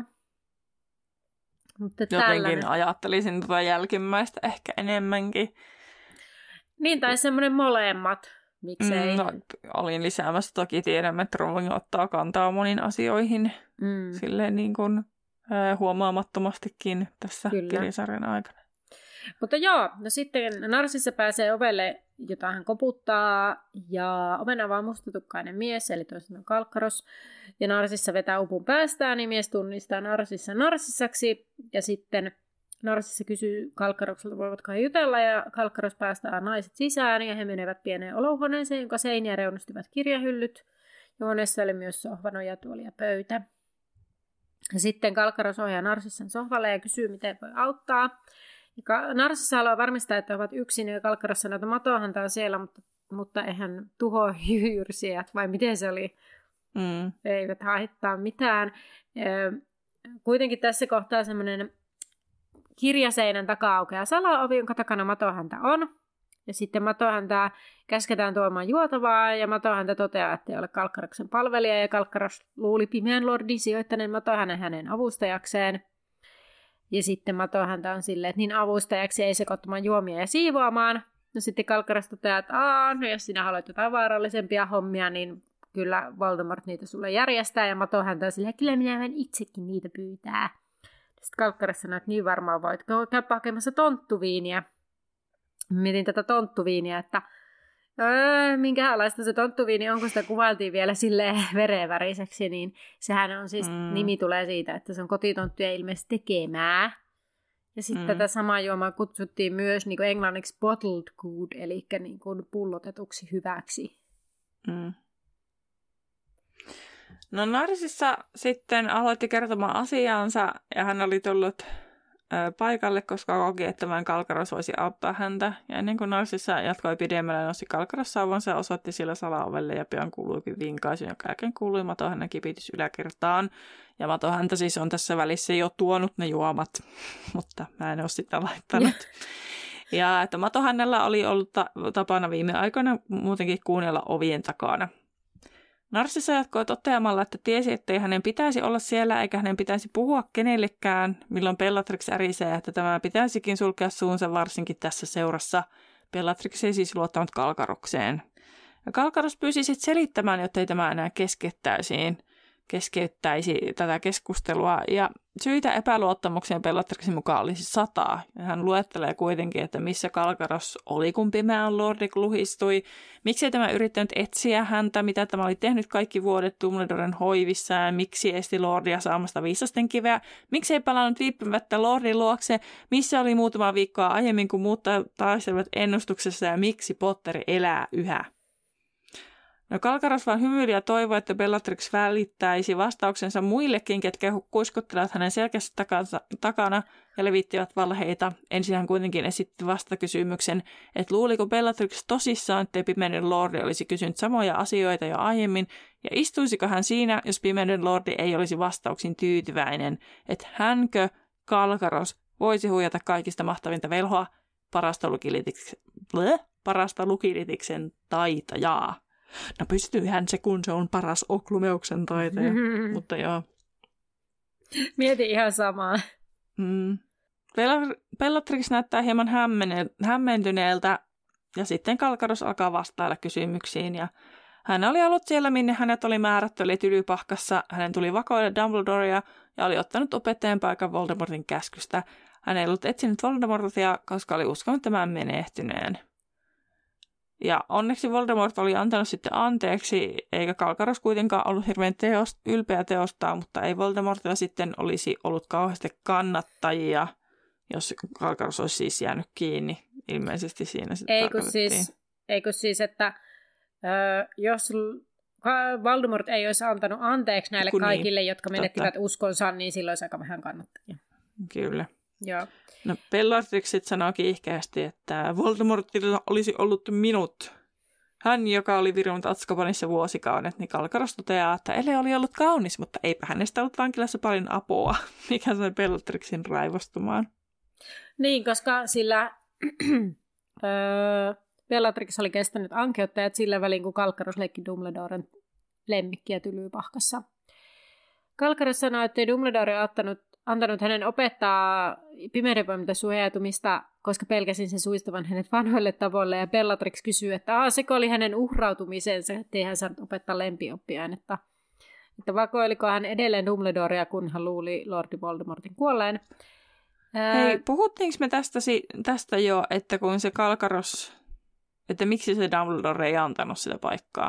Mutta jotenkin tällainen ajattelisin tuota jälkimmäistä ehkä enemmänkin. Niin, tai semmoinen molemmat. Miksei? Mm, no, olin lisäämässä, toki tiedämme, että Rowling ottaa kantaa moniin asioihin mm. silleen niin kuin äh, huomaamattomastikin tässä Kyllä. kirjasarjan aikana. Mutta joo, no sitten Narsissa pääsee ovelle, jota hän koputtaa, ja oven avaa mustatukkainen mies, eli toisena Kalkkaros, ja Narsissa vetää upun päästään, niin mies tunnistaa Narsissa Narsissaksi, ja sitten Narsissa kysyy Kalkkarokselta, voivatko he jutella, ja Kalkkaros päästää naiset sisään, ja he menevät pieneen olohuoneeseen, jonka seiniä reunustivat kirjahyllyt. Huoneessa oli myös sohva, nojatuoli ja pöytä. Ja sitten Kalkkaros ohjaa Narsissan sohvalle ja kysyy, miten voi auttaa. Ja Narsissa haluaa varmistaa, että he ovat yksin, ja Kalkkaros sanoo, että matohanta on siellä, mutta, mutta eihän tuho jyrsijät, vai miten se oli? Mm. Eivät haittaa mitään. Kuitenkin tässä kohtaa semmoinen kirjaseinän takaa aukeaa salaovi, jonka takana matohäntä on. Ja sitten matohäntä käsketään tuomaan juotavaa, ja matohäntä toteaa, että ei ole Kalkkaroksen palvelija, ja Kalkkaros luuli pimeän lordin sijoittaneen matohänen hänen avustajakseen. Ja sitten matohäntä on silleen, että niin avustajaksi ei sekoittamaan juomia ja siivoamaan. No sitten Kalkkaros toteaa, että Aa, no jos sinä haluat jotain vaarallisempia hommia, niin kyllä Voldemort niitä sulle järjestää, ja matohäntä on silleen, kyllä minä vähän itsekin niitä pyytää. Sitten Kalkkaros sanoi, että niin varmaan voit käydä hakemassa tonttuviiniä. Mietin tätä tonttuviiniä, että öö, minkälaista se tonttuviini on, kun sitä kuvailtiin vielä silleen verenväriseksi, niin sehän on siis, mm. nimi tulee siitä, että se on kotitonttuja ilmeisesti tekemää. Ja sitten mm. tätä samaa juomaa kutsuttiin myös niin kuin englanniksi bottled good, eli niin kuin pullotetuksi hyväksi. Mm. No Narsissa sitten aloitti kertomaan asiaansa, ja hän oli tullut ö, paikalle, koska koki, että vain Kalkkaros voisi auttaa häntä. Ja ennen kuin Narsissa jatkoi pidemmälle, nosti Kalkkaros sauvonsa ja osoitti sillä salaovelle, ja pian kuuluikin vinkaisu, jonka jälkeen kuului matohännän kipitys yläkertaan. Ja matohäntä siis on tässä välissä jo tuonut ne juomat, mutta mä en ole sitä laittanut. Ja että matohännällä oli ollut ta- tapana viime aikoina muutenkin kuunnella ovien takana. Narsissa jatkoi toteamalla, että tiesi, ettei hänen pitäisi olla siellä eikä hänen pitäisi puhua kenellekään, milloin Bellatrix ärisee, että tämä pitäisikin sulkea suunsa varsinkin tässä seurassa. Bellatrix ei siis luottanut Kalkkarokseen. Ja Kalkkaros pyysi sitten selittämään, jotta ei tämä enää keskeyttäisiin. keskeyttäisi tätä keskustelua, ja syitä epäluottamukseen Bellatrixin mukaan olisi sataa. Ja hän luettelee kuitenkin, että missä Kalkkaros oli, kun pimeän lordi luhistui, miksi ei tämä yrittänyt etsiä häntä, mitä tämä oli tehnyt kaikki vuodet Dumbledoren hoivissaan, miksi esti lordia saamasta viisasten kiveä, miksi ei palannut viipymättä lordin luokse, missä oli muutama viikkoa aiemmin, kun muut taistelivat ennustuksessa, ja miksi Potteri elää yhä. No Kalkkaros vaan hymyili ja toivoi, että Bellatrix välittäisi vastauksensa muillekin, ketkä kuiskuttelevat hänen selkässä takansa, takana ja levittivät valheita. Ensin hän kuitenkin esitti vastakysymyksen, että luuliko Bellatrix tosissaan, ettei Pimeyden lordi olisi kysynyt samoja asioita jo aiemmin, ja istuisiko hän siinä, jos Pimeyden lordi ei olisi vastauksiin tyytyväinen, että hänkö Kalkkaros voisi huijata kaikista mahtavinta velhoa, parasta lukilitiksen, bleh, parasta lukilitiksen taitajaa. No pystyyhän se, kun se on paras Oklumeuksen taiteja, mm-hmm. mutta joo. Mietin ihan samaa. Mm. Bellatrix näyttää hieman hämmentyneeltä, ja sitten Kalkkaros alkaa vastailla kysymyksiin, ja Hän oli ollut siellä, minne hänet oli määrätty, eli Tylypahkassa. Hänen tuli vakoilla Dumbledorea ja oli ottanut opettajan paikan Voldemortin käskystä. Hän ei ollut etsinyt Voldemortia, koska oli uskonut tämän menehtyneen. Ja onneksi Voldemort oli antanut sitten anteeksi, eikä Kalkaros kuitenkaan ollut hirveän teost, ylpeä teostaan, mutta ei Voldemortilla sitten olisi ollut kauheasti kannattajia, jos Kalkaros olisi siis jäänyt kiinni. Ilmeisesti siinä sitten Eikö siis, eikö siis, että ö, jos Voldemort ei olisi antanut anteeksi näille Kun kaikille, niin, jotka menettivät totta. uskonsa, niin silloin olisi aika vähän kannattajia. Kyllä. Joo. No Bellatrix sitten sanoo kiihkeästi, että Voldemortilla olisi ollut minut. Hän, joka oli virunut Azkabanissa vuosikaudet, niin Kalkaros toteaa, että Ele oli ollut kaunis, mutta eipä hänestä ollut vankilassa paljon apua, mikä sai Bellatrixin raivostumaan. Niin, koska sillä öö, Bellatrix oli kestänyt ankeuttajat sillä välin, kun Kalkaros leikki Dumbledoren lemmikkiä Tylypahkassa. Kalkaros sanoi, että ei Dumbledore ottanut antanut hänen opettaa pimeyden voimilta suojautumista, koska pelkäsin sen suistavan hänet vanhoille tavoille, ja Bellatrix kysyy, että Aa, seko oli hänen uhrautumisensa, ettei hän saanut opettaa lempioppiainetta. Että vakoiliko hän edelleen Dumbledorea, kun hän luuli Lordi Voldemortin kuolleen. Hei, puhuttiinko me tästä, tästä jo, että kun se Kalkaros, että miksi se Dumbledore ei antanut sitä paikkaa?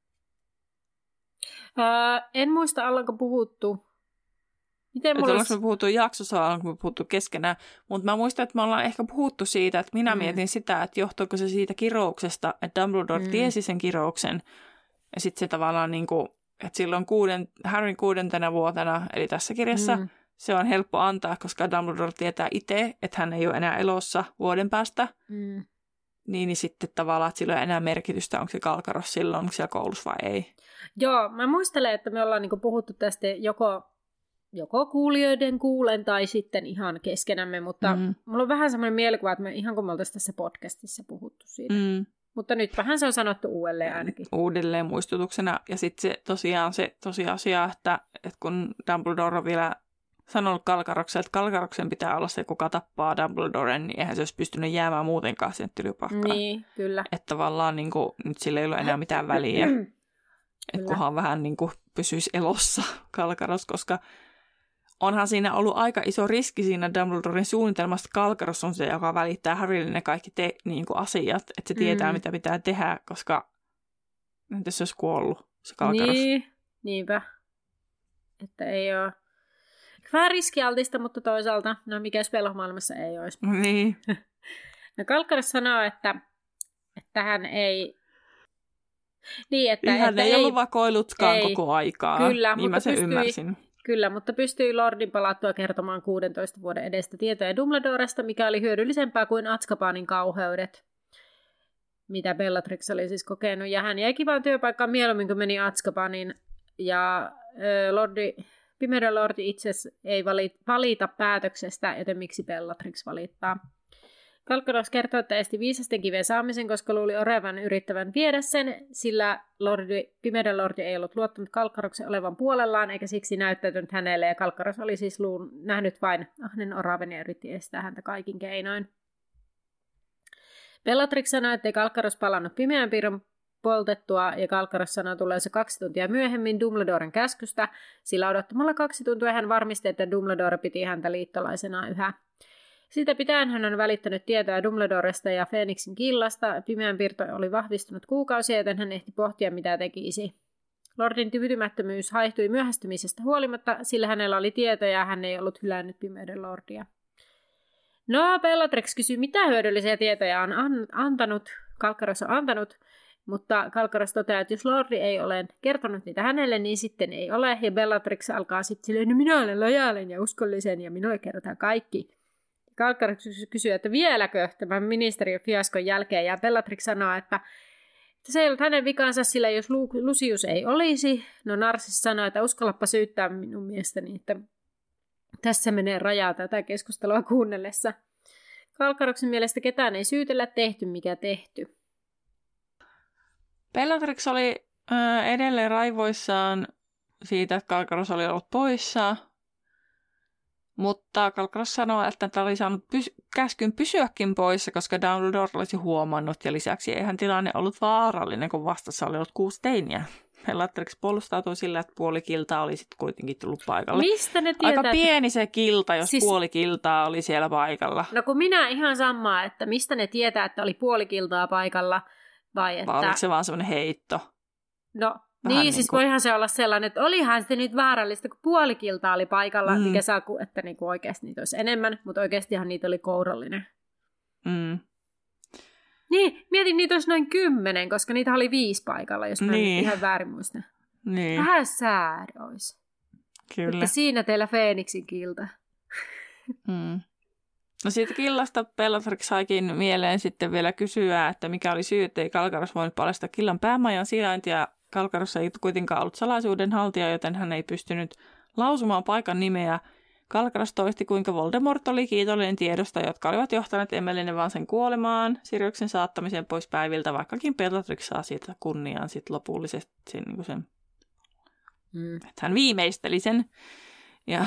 Ää, en muista, ollaanko puhuttu. Miten mulla... Ollaanko me puhuttu jaksossa, ollaanko me puhuttu keskenään, mutta mä muistan, että me ollaan ehkä puhuttu siitä, että minä mm. mietin sitä, että johtuuko se siitä kirouksesta, että Dumbledore mm. tiesi sen kirouksen, ja sitten se tavallaan niin kuin, että silloin kuuden, Harryn kuudentena vuotena, eli tässä kirjassa, mm. se on helppo antaa, koska Dumbledore tietää itse, että hän ei ole enää elossa vuoden päästä, mm. niin, niin sitten tavallaan, että sillä ei ole enää merkitystä, onko se Kalkaros silloin, onko siellä koulussa vai ei. Joo, mä muistelen, että me ollaan niin kuin puhuttu tästä joko... joko kuulijoiden kuulen tai sitten ihan keskenämme, mutta mm. mulla on vähän semmoinen mielikuva, että me ihan kun me oltaisiin tässä podcastissa puhuttu siitä. Mm. Mutta nyt vähän se on sanottu uudelleen ainakin. Uudelleen muistutuksena. Ja sitten se tosiaan se tosiasia, että, että kun Dumbledore on vielä sanonut Kalkarokselle, että Kalkaroksen pitää olla se, kuka tappaa Dumbledoren, niin eihän se olisi pystynyt jäämään muutenkaan sen Tylypahkaan. Niin, kyllä. Että tavallaan niin kuin, nyt sillä ei ole enää mitään väliä. Että kunhan vähän niin kuin pysyisi elossa Kalkaros, koska onhan siinä ollut aika iso riski siinä Dumbledoren suunnitelmasta. Kalkaros on se, joka välittää Harrylle ne kaikki te, niin kuin asiat, että se tietää, mm. mitä pitää tehdä, koska entäs se olisi kuollut, se Kalkaros? Niin, niinpä. Että ei ole vähän riskialtista, mutta toisaalta, no mikä spelomaailmassa ei olisi. Niin. No Kalkaros sanoo, että, että hän ei... Niin, että, hän että ei, ei ollut vakoillutkaan ei, koko aikaa, kyllä, niin mä sen pystyi, ymmärsin. Kyllä, mutta pystyi Lordin palattua kertomaan kuudentoista vuoden edestä tietoja Dumbledoresta, mikä oli hyödyllisempää kuin Azkabanin kauheudet, mitä Bellatrix oli siis kokenut. Ja hän jäi kivaan työpaikkaan mieluummin, kun meni Azkabanin. Ja ö, Lordi, Pimeyden Lordi itse ei valita päätöksestä, joten miksi Bellatrix valittaa. Kalkaros kertoo, että esti viisasten kiven saamisen, koska luuli Orevan yrittävän viedä sen, sillä Lordi, Pimeyden Lordi ei ollut luottanut Kalkaroksen olevan puolellaan, eikä siksi näyttäytynyt hänelle, ja Kalkaros oli siis luun, nähnyt vain ahnen Oraven ja yritti estää häntä kaikin keinoin. Bellatrix sanoi, ettei Kalkaros palannut pimeän piirron poltettua, ja Kalkaros sanoi tulleensa kaksi tuntia myöhemmin Dumbledoren käskystä, sillä odottamalla kaksi tuntia hän varmisti, että Dumbledore piti häntä liittolaisena yhä. Siitä pitäen hän on välittänyt tietoa Dumbledoresta ja Fenixin killasta. Pimeän piirto oli vahvistunut kuukausia, joten hän ehti pohtia, mitä tekisi. Lordin tyytymättömyys haihtui myöhästymisestä huolimatta, sillä hänellä oli tietoja ja hän ei ollut hylännyt Pimeyden Lordia. No, Bellatrix kysyi, mitä hyödyllisiä tietoja on an- antanut, Kalkaros on antanut, mutta Kalkaros toteaa, että jos Lordi ei ole kertonut niitä hänelle, niin sitten ei ole. Ja Bellatrix alkaa sitten silleen, no minä olen lojaalinen ja uskollisen ja minulle kerrotaan kaikki. Kalkaros kysyy, että vieläkö tämän ministeriön fiaskon jälkeen, ja Bellatrix sanoo, että se ei ollut hänen vikansa, sillä jos Lucius ei olisi, no Narcissus sanoo, että uskallappa syyttää minun mielestäni, että tässä menee rajaa tätä keskustelua kuunnellessa. Kalkaroksen mielestä ketään ei syytellä, tehty mikä tehty. Bellatrix oli äh, edelleen raivoissaan siitä, että Kalkaros oli ollut poissa. Mutta Kalkaros sanoi, että tämä oli saanut pys- käskyn pysyäkin poissa, koska Dumbledore olisi huomannut, ja lisäksi eihän tilanne ollut vaarallinen, kun vastassa oli ollut kuusi teiniä. Bellatrix puolustautui sillä, että puoli kiltaa oli sitten kuitenkin tullut paikalle. Mistä ne tietää? Aika pieni se kilta, jos siis... puoli kiltaa oli siellä paikalla. No kun minä ihan samaa, että mistä ne tietää, että oli puoli kiltaa paikalla, vai että... Vai oliko se vaan semmoinen heitto? No niin, niin, siis kuin... voihan se olla sellainen, että olihan se nyt vaarallista, kun puoli kiltaa oli paikalla, mm. mikä saa, että niinku oikeasti niitä olisi enemmän, mutta oikeastihan niitä oli kourallinen. Mm. Niin, mietin, niitä olisi noin kymmenen, koska niitä oli viisi paikalla, jos mä niin. ihan väärin muistan. Niin. Vähän säädö olisi. Kyllä. Mutta siinä teillä Feeniksin kilta. Mm. No siitä killasta Bellatrix saikin mieleen sitten vielä kysyä, että mikä oli syy, ettei Kalkaros voinut paljastaa killan päämajan sijaintia. Kalkaros ei kuitenkaan ollut salaisuuden haltija, joten hän ei pystynyt lausumaan paikan nimeä. Kalkaros toisti, kuinka Voldemort oli kiitollinen tiedosta, jotka olivat johtaneet Emelinen vaan sen kuolemaan, Siriuksen saattamiseen pois päiviltä, vaikkakin Bellatrix saa siitä kunniaan sit lopullisesti sen, niin sen mm. että hän viimeisteli sen. Ja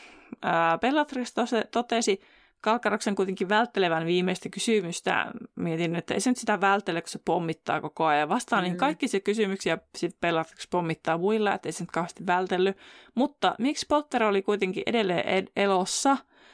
ää, Bellatrix totesi Kalkaroksen kuitenkin välttelevän viimeistä kysymystä. Mietin, että ei se nyt sitä välttele, kun se pommittaa koko ajan. Vastaan mm. niin kaikki se kysymyksiä sitten Bellatrix pommittaa muilla, ettei se nyt kauheasti vältellyt. Mutta miksi Potter oli kuitenkin edelleen ed- elossa?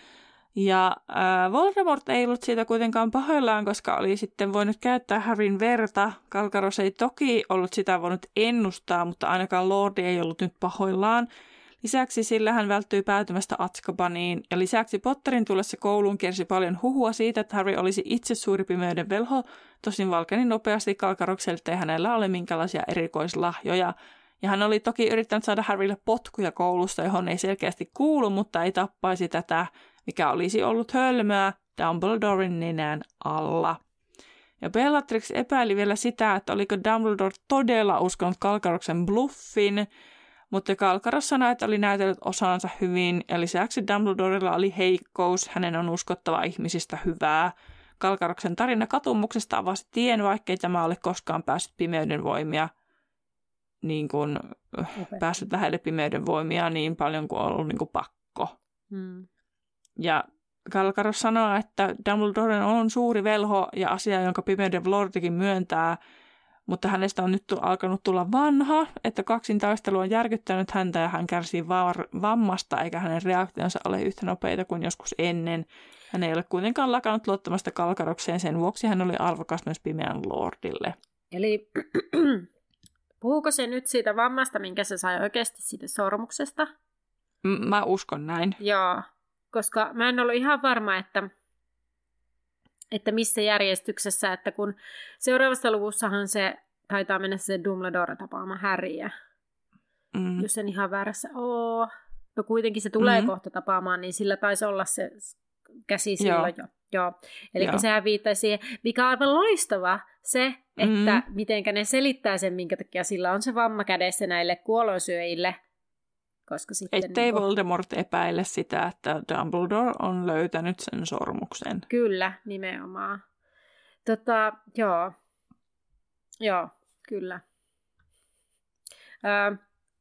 Ja äh, Voldemort ei ollut siitä kuitenkaan pahoillaan, koska oli sitten voinut käyttää Harryn verta. Kalkaros ei toki ollut sitä voinut ennustaa, mutta ainakaan Lordi ei ollut nyt pahoillaan. Lisäksi sillä hän välttyi päätymästä Azkabaniin, ja lisäksi Potterin tullessa kouluun kiersi paljon huhua siitä, että Harry olisi itse suuri pimeyden velho, tosin valkeni nopeasti Kalkarokselle, ettei hänellä ole minkälaisia erikoislahjoja. Ja hän oli toki yrittänyt saada Harrylle potkuja koulusta, johon ei selkeästi kuulu, mutta ei tappaisi tätä, mikä olisi ollut hölmöä Dumbledoren nenän alla. Ja Bellatrix epäili vielä sitä, että oliko Dumbledore todella uskonut Kalkaroksen bluffin, mutta Kalkaros sanoi, että oli näytellyt osansa hyvin, ja lisäksi Dumbledorella oli heikkous, hänen on uskottava ihmisistä hyvää. Kalkaroksen tarina katumuksesta avasi tien, vaikkei tämä ole koskaan päässyt pimeyden voimia, niin kuin, päässyt lähelle pimeyden voimia niin paljon kuin on ollut niin kuin pakko. Hmm. Ja Kalkaros sanoo, että Dumbledore on suuri velho ja asia, jonka pimeyden lordikin myöntää, mutta hänestä on nyt alkanut tulla vanha, että kaksintaistelu on järkyttänyt häntä ja hän kärsii var- vammasta, eikä hänen reaktionsa ole yhtä nopeita kuin joskus ennen. Hän ei ole kuitenkaan lakannut luottamasta Kalkarokseen, sen vuoksi hän oli arvokas myös pimeän lordille. Eli puhuuko se nyt siitä vammasta, minkä se sai oikeasti siitä sormuksesta? M- mä uskon näin. Joo, koska mä en ollut ihan varma, että... että missä järjestyksessä, että kun seuraavassa luvussahan se taitaa mennä se Dumbledore tapaamaan Harryä. Mm. Jos en ihan väärässä oo. No kuitenkin se tulee mm. kohta tapaamaan, niin sillä taisi olla se käsi silloin jo. Joo. Eli Joo. sehän viittaisi siihen, mikä on aivan loistava se, että mm. mitenkä ne selittää sen, minkä takia sillä on se vamma kädessä näille kuolonsyöjille. Koska sitten ettei niin Voldemort epäile sitä, että Dumbledore on löytänyt sen sormuksen. Kyllä, nimenomaan. Tota, joo. Joo, kyllä. Öö,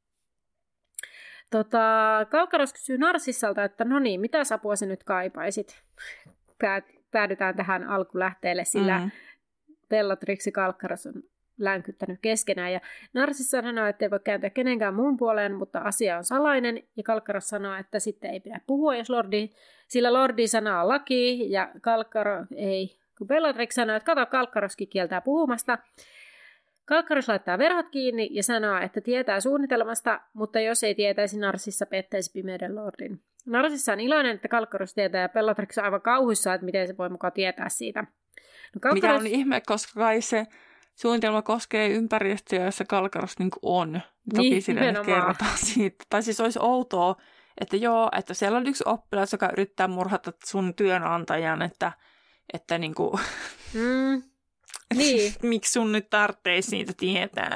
tota, Kalkaros kysyy Narsissalta, että no niin, mitä apua sä nyt kaipaisit? Päädytään tähän alkulähteelle, sillä mm. Bellatrix ja Kalkaros on länkyttänyt keskenään. Ja Narsissa sanoo, että ei voi kääntyä kenenkään muun puoleen, mutta asia on salainen. Ja Kalkaros sanoo, että sitten ei pidä puhua, jos Lordi, sillä Lordi sanoo on laki. Ja Kalkaro ei, kun Bellatrix sanoo, että kato, Kalkaroskin kieltää puhumasta. Kalkaros laittaa verhot kiinni ja sanoo, että tietää suunnitelmasta, mutta jos ei tietäisi, Narsissa pettäisi pimeyden Lordin. Narsissa on iloinen, että Kalkaros tietää, ja Bellatrix on aivan kauhuissaan, että miten se voi mukaan tietää siitä. No, Kalkaros... Mikä on ihme, koska kai se suunnitelma koskee ympäristöä, jossa Kalkaros niin on. Toki niin, sinne kerrotaan siitä. Tai siis olisi outoa, että joo, että siellä on yksi oppilas, joka yrittää murhata sun työnantajan, että, että niin kuin... Mm. Niin. Miksi sun nyt tarvitsisi siitä tietää?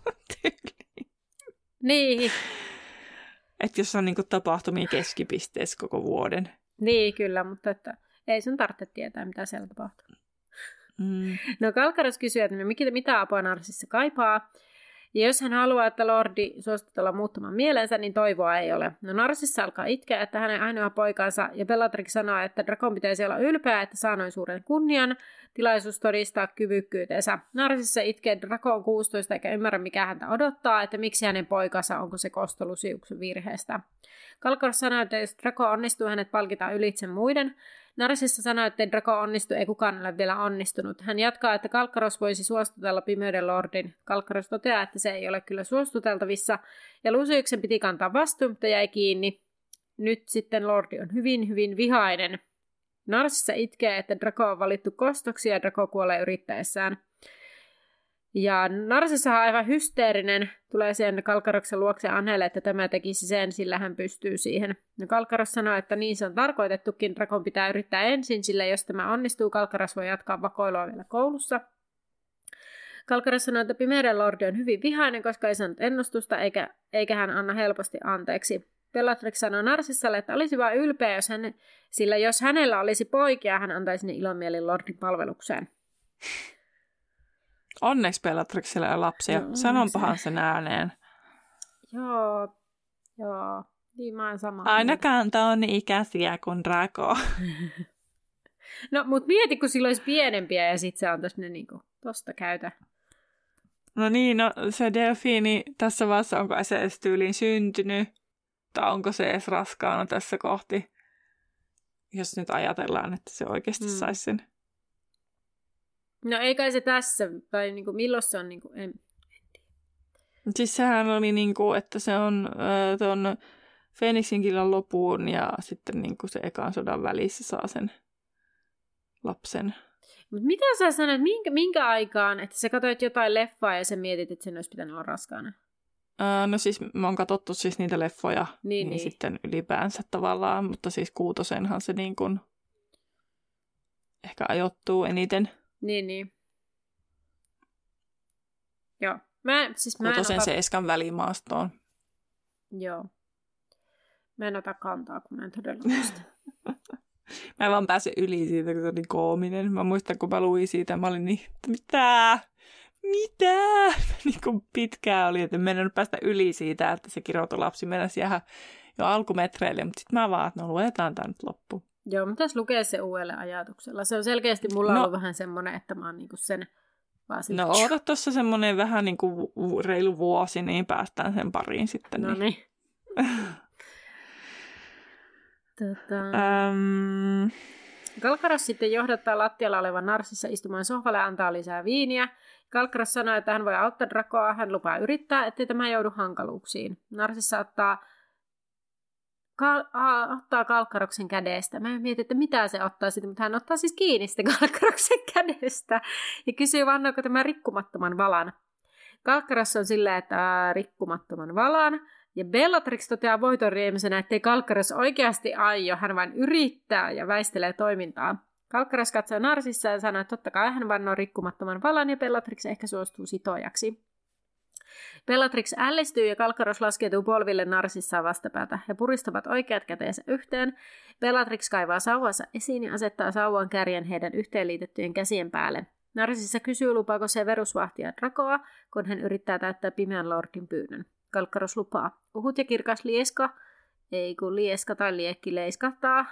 Niin. Että jos on niin kuin tapahtumia keskipisteessä koko vuoden. Niin, kyllä, mutta että ei sun tarvitse tietää, mitä siellä tapahtuu. Mm. No Kalkaros kysyy, että mitä apua Narsissa kaipaa. Ja jos hän haluaa, että lordi suostutella muuttamaan mielensä, niin toivoa ei ole. No Narsissa alkaa itkeä, että hänen ainoa poikansa, ja Bellatrix sanoo, että Drakon pitäisi olla ylpeä, että saa noin suuren kunnian, tilaisuus todistaa kyvykkyytensä. Narsissa itkee, että Draco on kuusitoista eikä ymmärrä, mikä häntä odottaa, että miksi hänen poikansa, onko se kosto Luciuksen virheestä. Kalkaros sanoo, että jos Draco onnistuu, hänet palkitaan ylitse muiden. Narsissa sanoo, että Draco onnistuu, ei kukaan ole vielä onnistunut. Hän jatkaa, että Kalkkaros voisi suostutella Pimeyden lordin. Kalkkaros toteaa, että se ei ole kyllä suostuteltavissa, ja Luciuksen piti kantaa vastuu, mutta jäi kiinni. Nyt sitten lordi on hyvin, hyvin vihainen. Narsissa itkee, että Draco on valittu kostoksi ja Draco kuolee yrittäessään. Ja Narsissa on aivan hysteerinen, tulee sen Kalkkaroksen luokse Annelle, että tämä tekisi sen, sillä hän pystyy siihen. Ja Kalkkaros sanoo, että niin se on tarkoitettukin, Drakon pitää yrittää ensin, sillä jos tämä onnistuu, Kalkkaros voi jatkaa vakoilua vielä koulussa. Kalkkaros sanoo, että Pimeyden lordi on hyvin vihainen, koska ei saanut ennustusta, eikä, eikä hän anna helposti anteeksi. Bellatrix sanoo Narsissalle, että olisi vain ylpeä, jos hän, sillä jos hänellä olisi poikia, hän antaisi ne ilomielin lordin palvelukseen. Onneksi Bellatrixille on lapsia. No, sanonpahan sen ääneen. Joo, joo. Niin mä oon sama. Ainakaan on ikäisiä kuin Draco. No, mut mieti, kun sillä olisi pienempiä ja sit se antaisi ne niinku tosta käytä. No niin, no se delfiini tässä vaiheessa, onko se edes tyyliin syntynyt? Tai onko se edes raskaana tässä kohti? Jos nyt ajatellaan, että se oikeasti mm. saisi sen. No ei kai se tässä, tai niinku, milloin se on, niinku, en, en tiedä. Siis sehän oli niinku, että se on äh, tuon Fenixin killan lopuun ja sitten niinku se ekan sodan välissä saa sen lapsen. Mut mitä sä sanoit, minkä, minkä aikaan, että sä katsoit jotain leffaa ja sä mietit, että sen olisi pitänyt olla raskaana? Äh, no siis mä oon katsottu siis niitä leffoja, niin, niin, niin. sitten ylipäänsä tavallaan, mutta siis kuutosenhan se niin kuin ehkä ajoittuu eniten. Niin, niin. Joo. Mä, siis mä Kuutosen ota... seiskan välimaastoon. Joo. Mä en ota kantaa, kun mä en todella muista. Mä en vaan pääse yli siitä, kun se oli koominen. Mä muistan, kun mä luin siitä, mä olin niin, että mitä? Mitä? Niin kuin pitkään oli, että en mennyt päästä yli siitä, että se kirjoitulapsi mennäisi jäädä jo alkumetreille. Mutta sitten mä vaan, että no luetaan tämä nyt loppuun. Joo, mä taas lukea se uudelle ajatuksella. Se on selkeästi mulla no, ollut vähän semmoinen, että mä oon niinku sen vaan sit... No oota tuossa semmoinen vähän niinku reilu vuosi, niin päästään sen pariin sitten. No niin. tota... um... Kalkkaros sitten johdattaa lattialla olevan Narsissa istumaan sohvalle ja antaa lisää viiniä. Kalkkaros sanoo, että hän voi auttaa Dracoa, hän lupaa yrittää, ettei tämä joudu hankaluuksiin. Narsissa ottaa... Kal- a, ottaa Kalkkaroksen kädestä. Mä mietin, että mitä se ottaa sitten, mutta hän ottaa siis kiinni sitten Kalkkaroksen kädestä ja kysyy, vannoiko tämä rikkumattoman valan. Kalkkaros on silleen, että äh, rikkumattoman valan. Ja Bellatrix toteaa voitonriemisenä, ettei Kalkkaros oikeasti aio, hän vain yrittää ja väistelee toimintaa. Kalkkaros katsoo Narsissa ja sanoo, että totta kai hän vannoo rikkumattoman valan ja Bellatrix ehkä suostuu sitojaksi. Bellatrix ällistyy ja Kalkkaros laskeutuu polville Narsissaan vastapäätä. He puristavat oikeat käteensä yhteen. Bellatrix kaivaa sauvansa esiin ja asettaa sauvan kärjen heidän yhteenliitettyjen käsien päälle. Narsissa kysyy, lupaako Severus vahtia Dracoa, kun hän yrittää täyttää pimeän lordin pyynnön. Kalkkaros lupaa. Uhut ja kirkas lieska, ei kun lieska tai liekki leiskahtaa.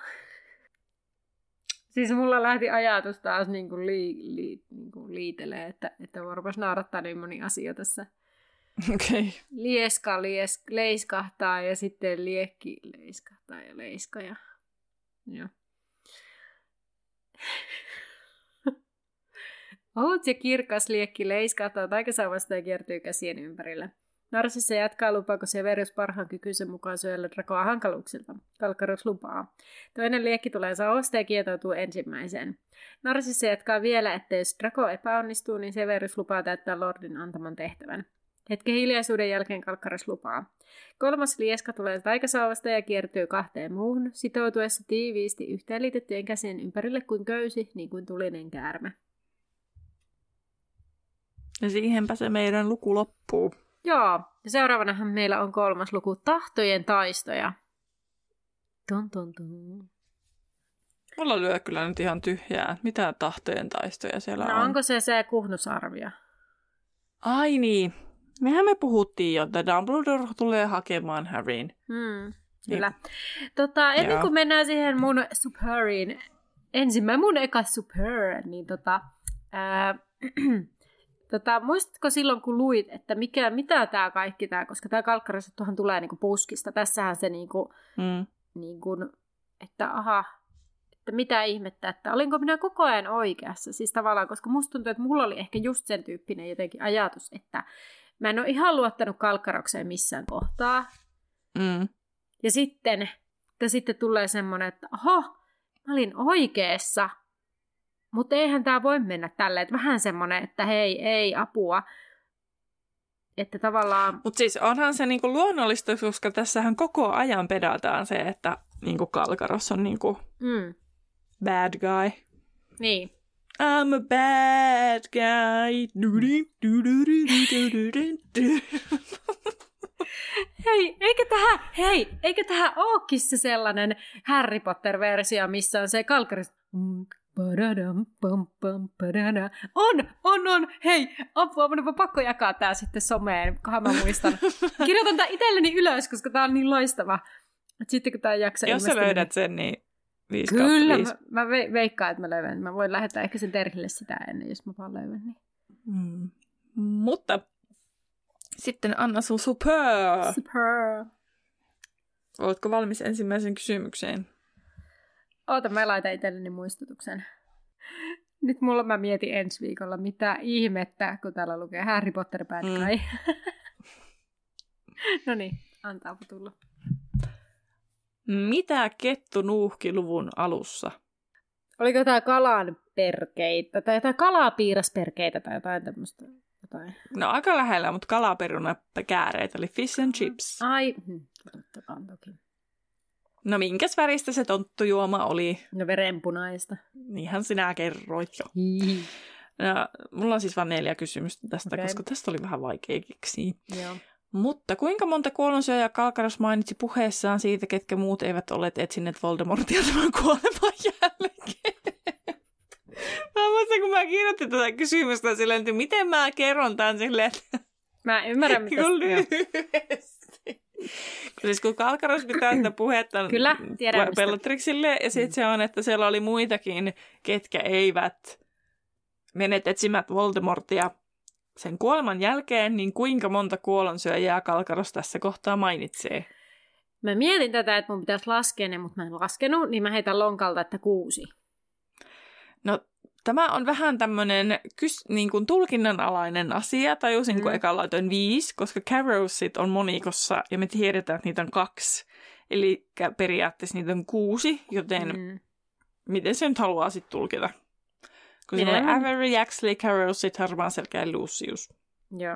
Siis mulla lähti ajatus taas niin kuin li, li, niin kuin liitelee, että, että varmaan naurattaa niin moni asia tässä. Okay. Lieska liesk, leiskahtaa ja sitten liekki leiskahtaa ja leiska. Ja... Joo. Ohut ja kirkas liekki leiskahtaa taikasauvasta ja kiertyy käsien ympärille. Narsissa jatkaa, lupaako Severus parhaan kykynsä mukaan syödä Dracoa hankaluuksilta. Kalkkaros lupaa. Toinen liekki tulee sauvasta ja kietoutuu ensimmäiseen. Narsissa jatkaa vielä, että jos Draco epäonnistuu, niin Severus lupaa täyttää Lordin antaman tehtävän. Hetken hiljaisuuden jälkeen Kalkkaros lupaa. Kolmas lieska tulee taikasauvasta ja kiertyy kahteen muuhun, sitoutuessa tiiviisti yhteenliitettyjen käsien ympärille kuin köysi, niin kuin tulinen käärme. Ja siihenpä se meidän luku loppuu. Joo, ja seuraavanahan meillä on kolmas luku, tahtojen taistoja. Tun, tun, tun. Mulla lyö kyllä nyt ihan tyhjää. Mitä tahtojen taistoja siellä no, on? Onko se se kuhnusarvio? Ai niin. Mehän me puhuttiin jo, että Dumbledore tulee hakemaan Harryn. Hmm, kyllä. Tota, ennen Joo. kuin mennään siihen mun superiin, ensimmäinen mun eka super, niin tota, ää, tota, muistatko silloin, kun luit, että mikä, mitä tämä kaikki tämä, koska tämä kalkkarosattuhan tulee niinku puskista. Tässähän se niinku, mm. niinku, että aha, että mitä ihmettä, että olinko minä koko ajan oikeassa. Siis tavallaan, koska musta tuntuu, että mulla oli ehkä just sen tyyppinen jotenkin ajatus, että mä en ole ihan luottanut kalkkarokseen missään kohtaa. Mm. Ja sitten, että sitten tulee semmoinen, että oho, mä olin oikeassa. Mutta eihän tämä voi mennä tälleen. Että vähän semmoinen, että hei, ei apua. Että tavallaan... Mutta siis onhan se niinku luonnollista, koska tässähän koko ajan pedataan se, että niinku Kalkaros on niinku mm. bad guy. Niin. I'm a bad guy. Hei, eikä tähän, hei, eikä tähän ookin se sellainen Harry Potter-versio, missä on se Kalkaros... On, on, on. Hei, apua, mun on pakko jakaa tää sitten someen, kohan mä muistan. Kirjoitan tää itselleni ylös, koska tää on niin loistava. Et sitten kun tää jaksa Jos sä löydät sen, niin viisi Kyllä, mä, mä ve- veikkaan, että mä löydän. Mä voin lähettää ehkä sen Terhille sitä ennen, jos mä vaan löydän. Niin. Mm. Mutta sitten anna sun super. Super. Oletko valmis ensimmäisen kysymykseen? Oota, mä laitan itselleni muistutuksen. Nyt mulla mä mietin ensi viikolla, mitä ihmettä, kun täällä lukee Harry Potter bad guy. Mm. No niin, antaapa tulla. Mitä kettu nuuhki luvun alussa? Oliko tää kalan perkeitä, tai jotain kalapiirasperkeitä, tai jotain tämmöistä? Jotain. No aika lähellä, mutta kalaperuna kääreitä, eli fish and chips. Ai, tottakaan toki. No minkäs väristä se tonttujuoma oli? No verenpunaista. Niinhän sinä kerroit jo. No, mulla on siis vain neljä kysymystä tästä, okay. Koska tästä oli vähän vaikea keksiä. Joo. Mutta kuinka monta kuollonsyöjää Kalkaros mainitsi puheessaan siitä, ketkä muut eivät olleet etsineet Voldemortia tämän kuoleman jälkeen? Mä muistan, kun mä kirjoitin tätä kysymystä silleen, että miten mä kerron tämän silleen, että... Mä ymmärrän, mitä... Lyhyesti. Siis kun Kalkaros pitää sitä puhetta Kyllä, Bellatrixille, ja sitten se on, että siellä oli muitakin, ketkä eivät menet etsimät Voldemortia sen kuoleman jälkeen, niin kuinka monta kuollonsyöjää Kalkaros tässä kohtaa mainitsee? Mä mietin tätä, että mun pitäisi laskea ne, mutta mä en laskenut, niin mä heitän lonkalta, että kuusi. No, tämä on vähän tämmöinen kys- niin kuin tulkinnanalainen asia. Tajusin, mm. kun eka laitoin viisi, koska Carrowsit on monikossa ja me tiedetään, että niitä on kaksi. Eli periaatteessa niitä on kuusi, joten mm. miten se nyt haluaa sitten tulkita? Kun se on Avery, Yaxley, Carrowsit, Harmaaselkä ja Lucius. Joo.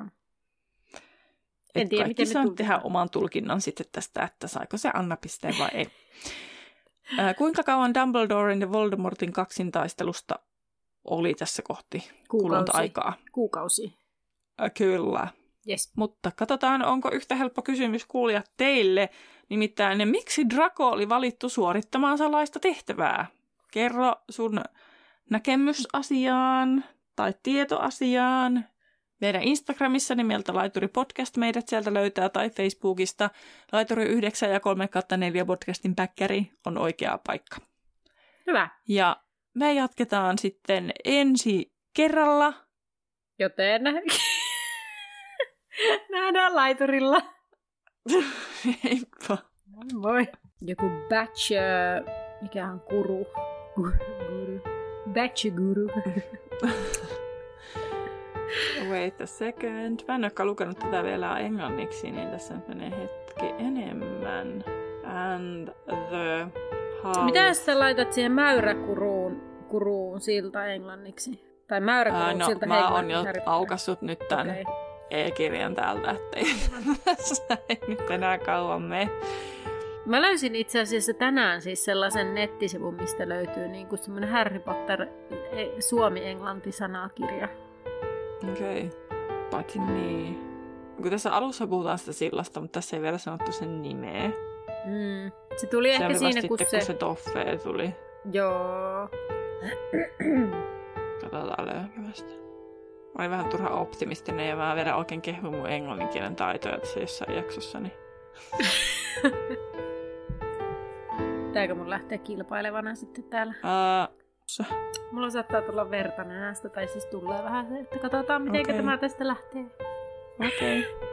En tiedä, kaikki saa tehdä oman tulkinnan sitten tästä, että saiko se Anna pisteen vai ei. Äh, kuinka kauan Dumbledoren ja Voldemortin kaksintaistelusta oli tässä kohti kulunut aikaa? Kuukausi. Äh, kyllä. Yes. Mutta katsotaan, onko yhtä helppo kysymys kuulijat teille. Nimittäin, miksi Draco oli valittu suorittamaan salaista tehtävää? Kerro sun näkemys asiaan tai tietoasiaan. Meidän Instagramissa nimeltä Laituri Podcast meidät sieltä löytää, tai Facebookista Laituri yhdeksän ja kolme kautta neljä podcastin päkkäri on oikea paikka. Hyvä. Ja me jatketaan sitten ensi kerralla. Joten nähdään Laiturilla. Heippa. Moi moi. Joku batch, uh, mikä on guru. Guru. Batch guru. Wait a second. Mä en olekaan lukenut tätä vielä englanniksi, niin tässä nyt menee hetki enemmän. And the house. Mitä jos sä laitat siihen mäyräkuruun kuruun siltä englanniksi? Tai mäyräkuruun uh, no, siltä mä oon jo aukassut nyt tän okay. e-kirjan täältä, ettei tässä ei nyt enää kauan mene. Mä löysin itse asiassa tänään siis sellaisen nettisivun, mistä löytyy niinku semmoinen Harry Potter suomi-englanti-sanakirja. Okei, okay. Paitsi niin. Kun tässä alussa puhutaan sitä sillasta, mutta tässä ei vielä sanottu sen nimeä. Mm. Se tuli se ehkä siinä, kun se... kun se toffee tuli. Joo. Katsotaan löytyvästä. Mä olin vähän turha optimistinen ja mä vielä oikein kehun mun englannin kielen taitoja tässä jossain jaksossa. Niin... Pitääkö mun lähteä kilpailevana sitten täällä? Uh, Mulla saattaa tulla verta nenästä, tai siis tulee vähän se, että katsotaan miten okay. tämä tästä lähtee. Okei. Okay.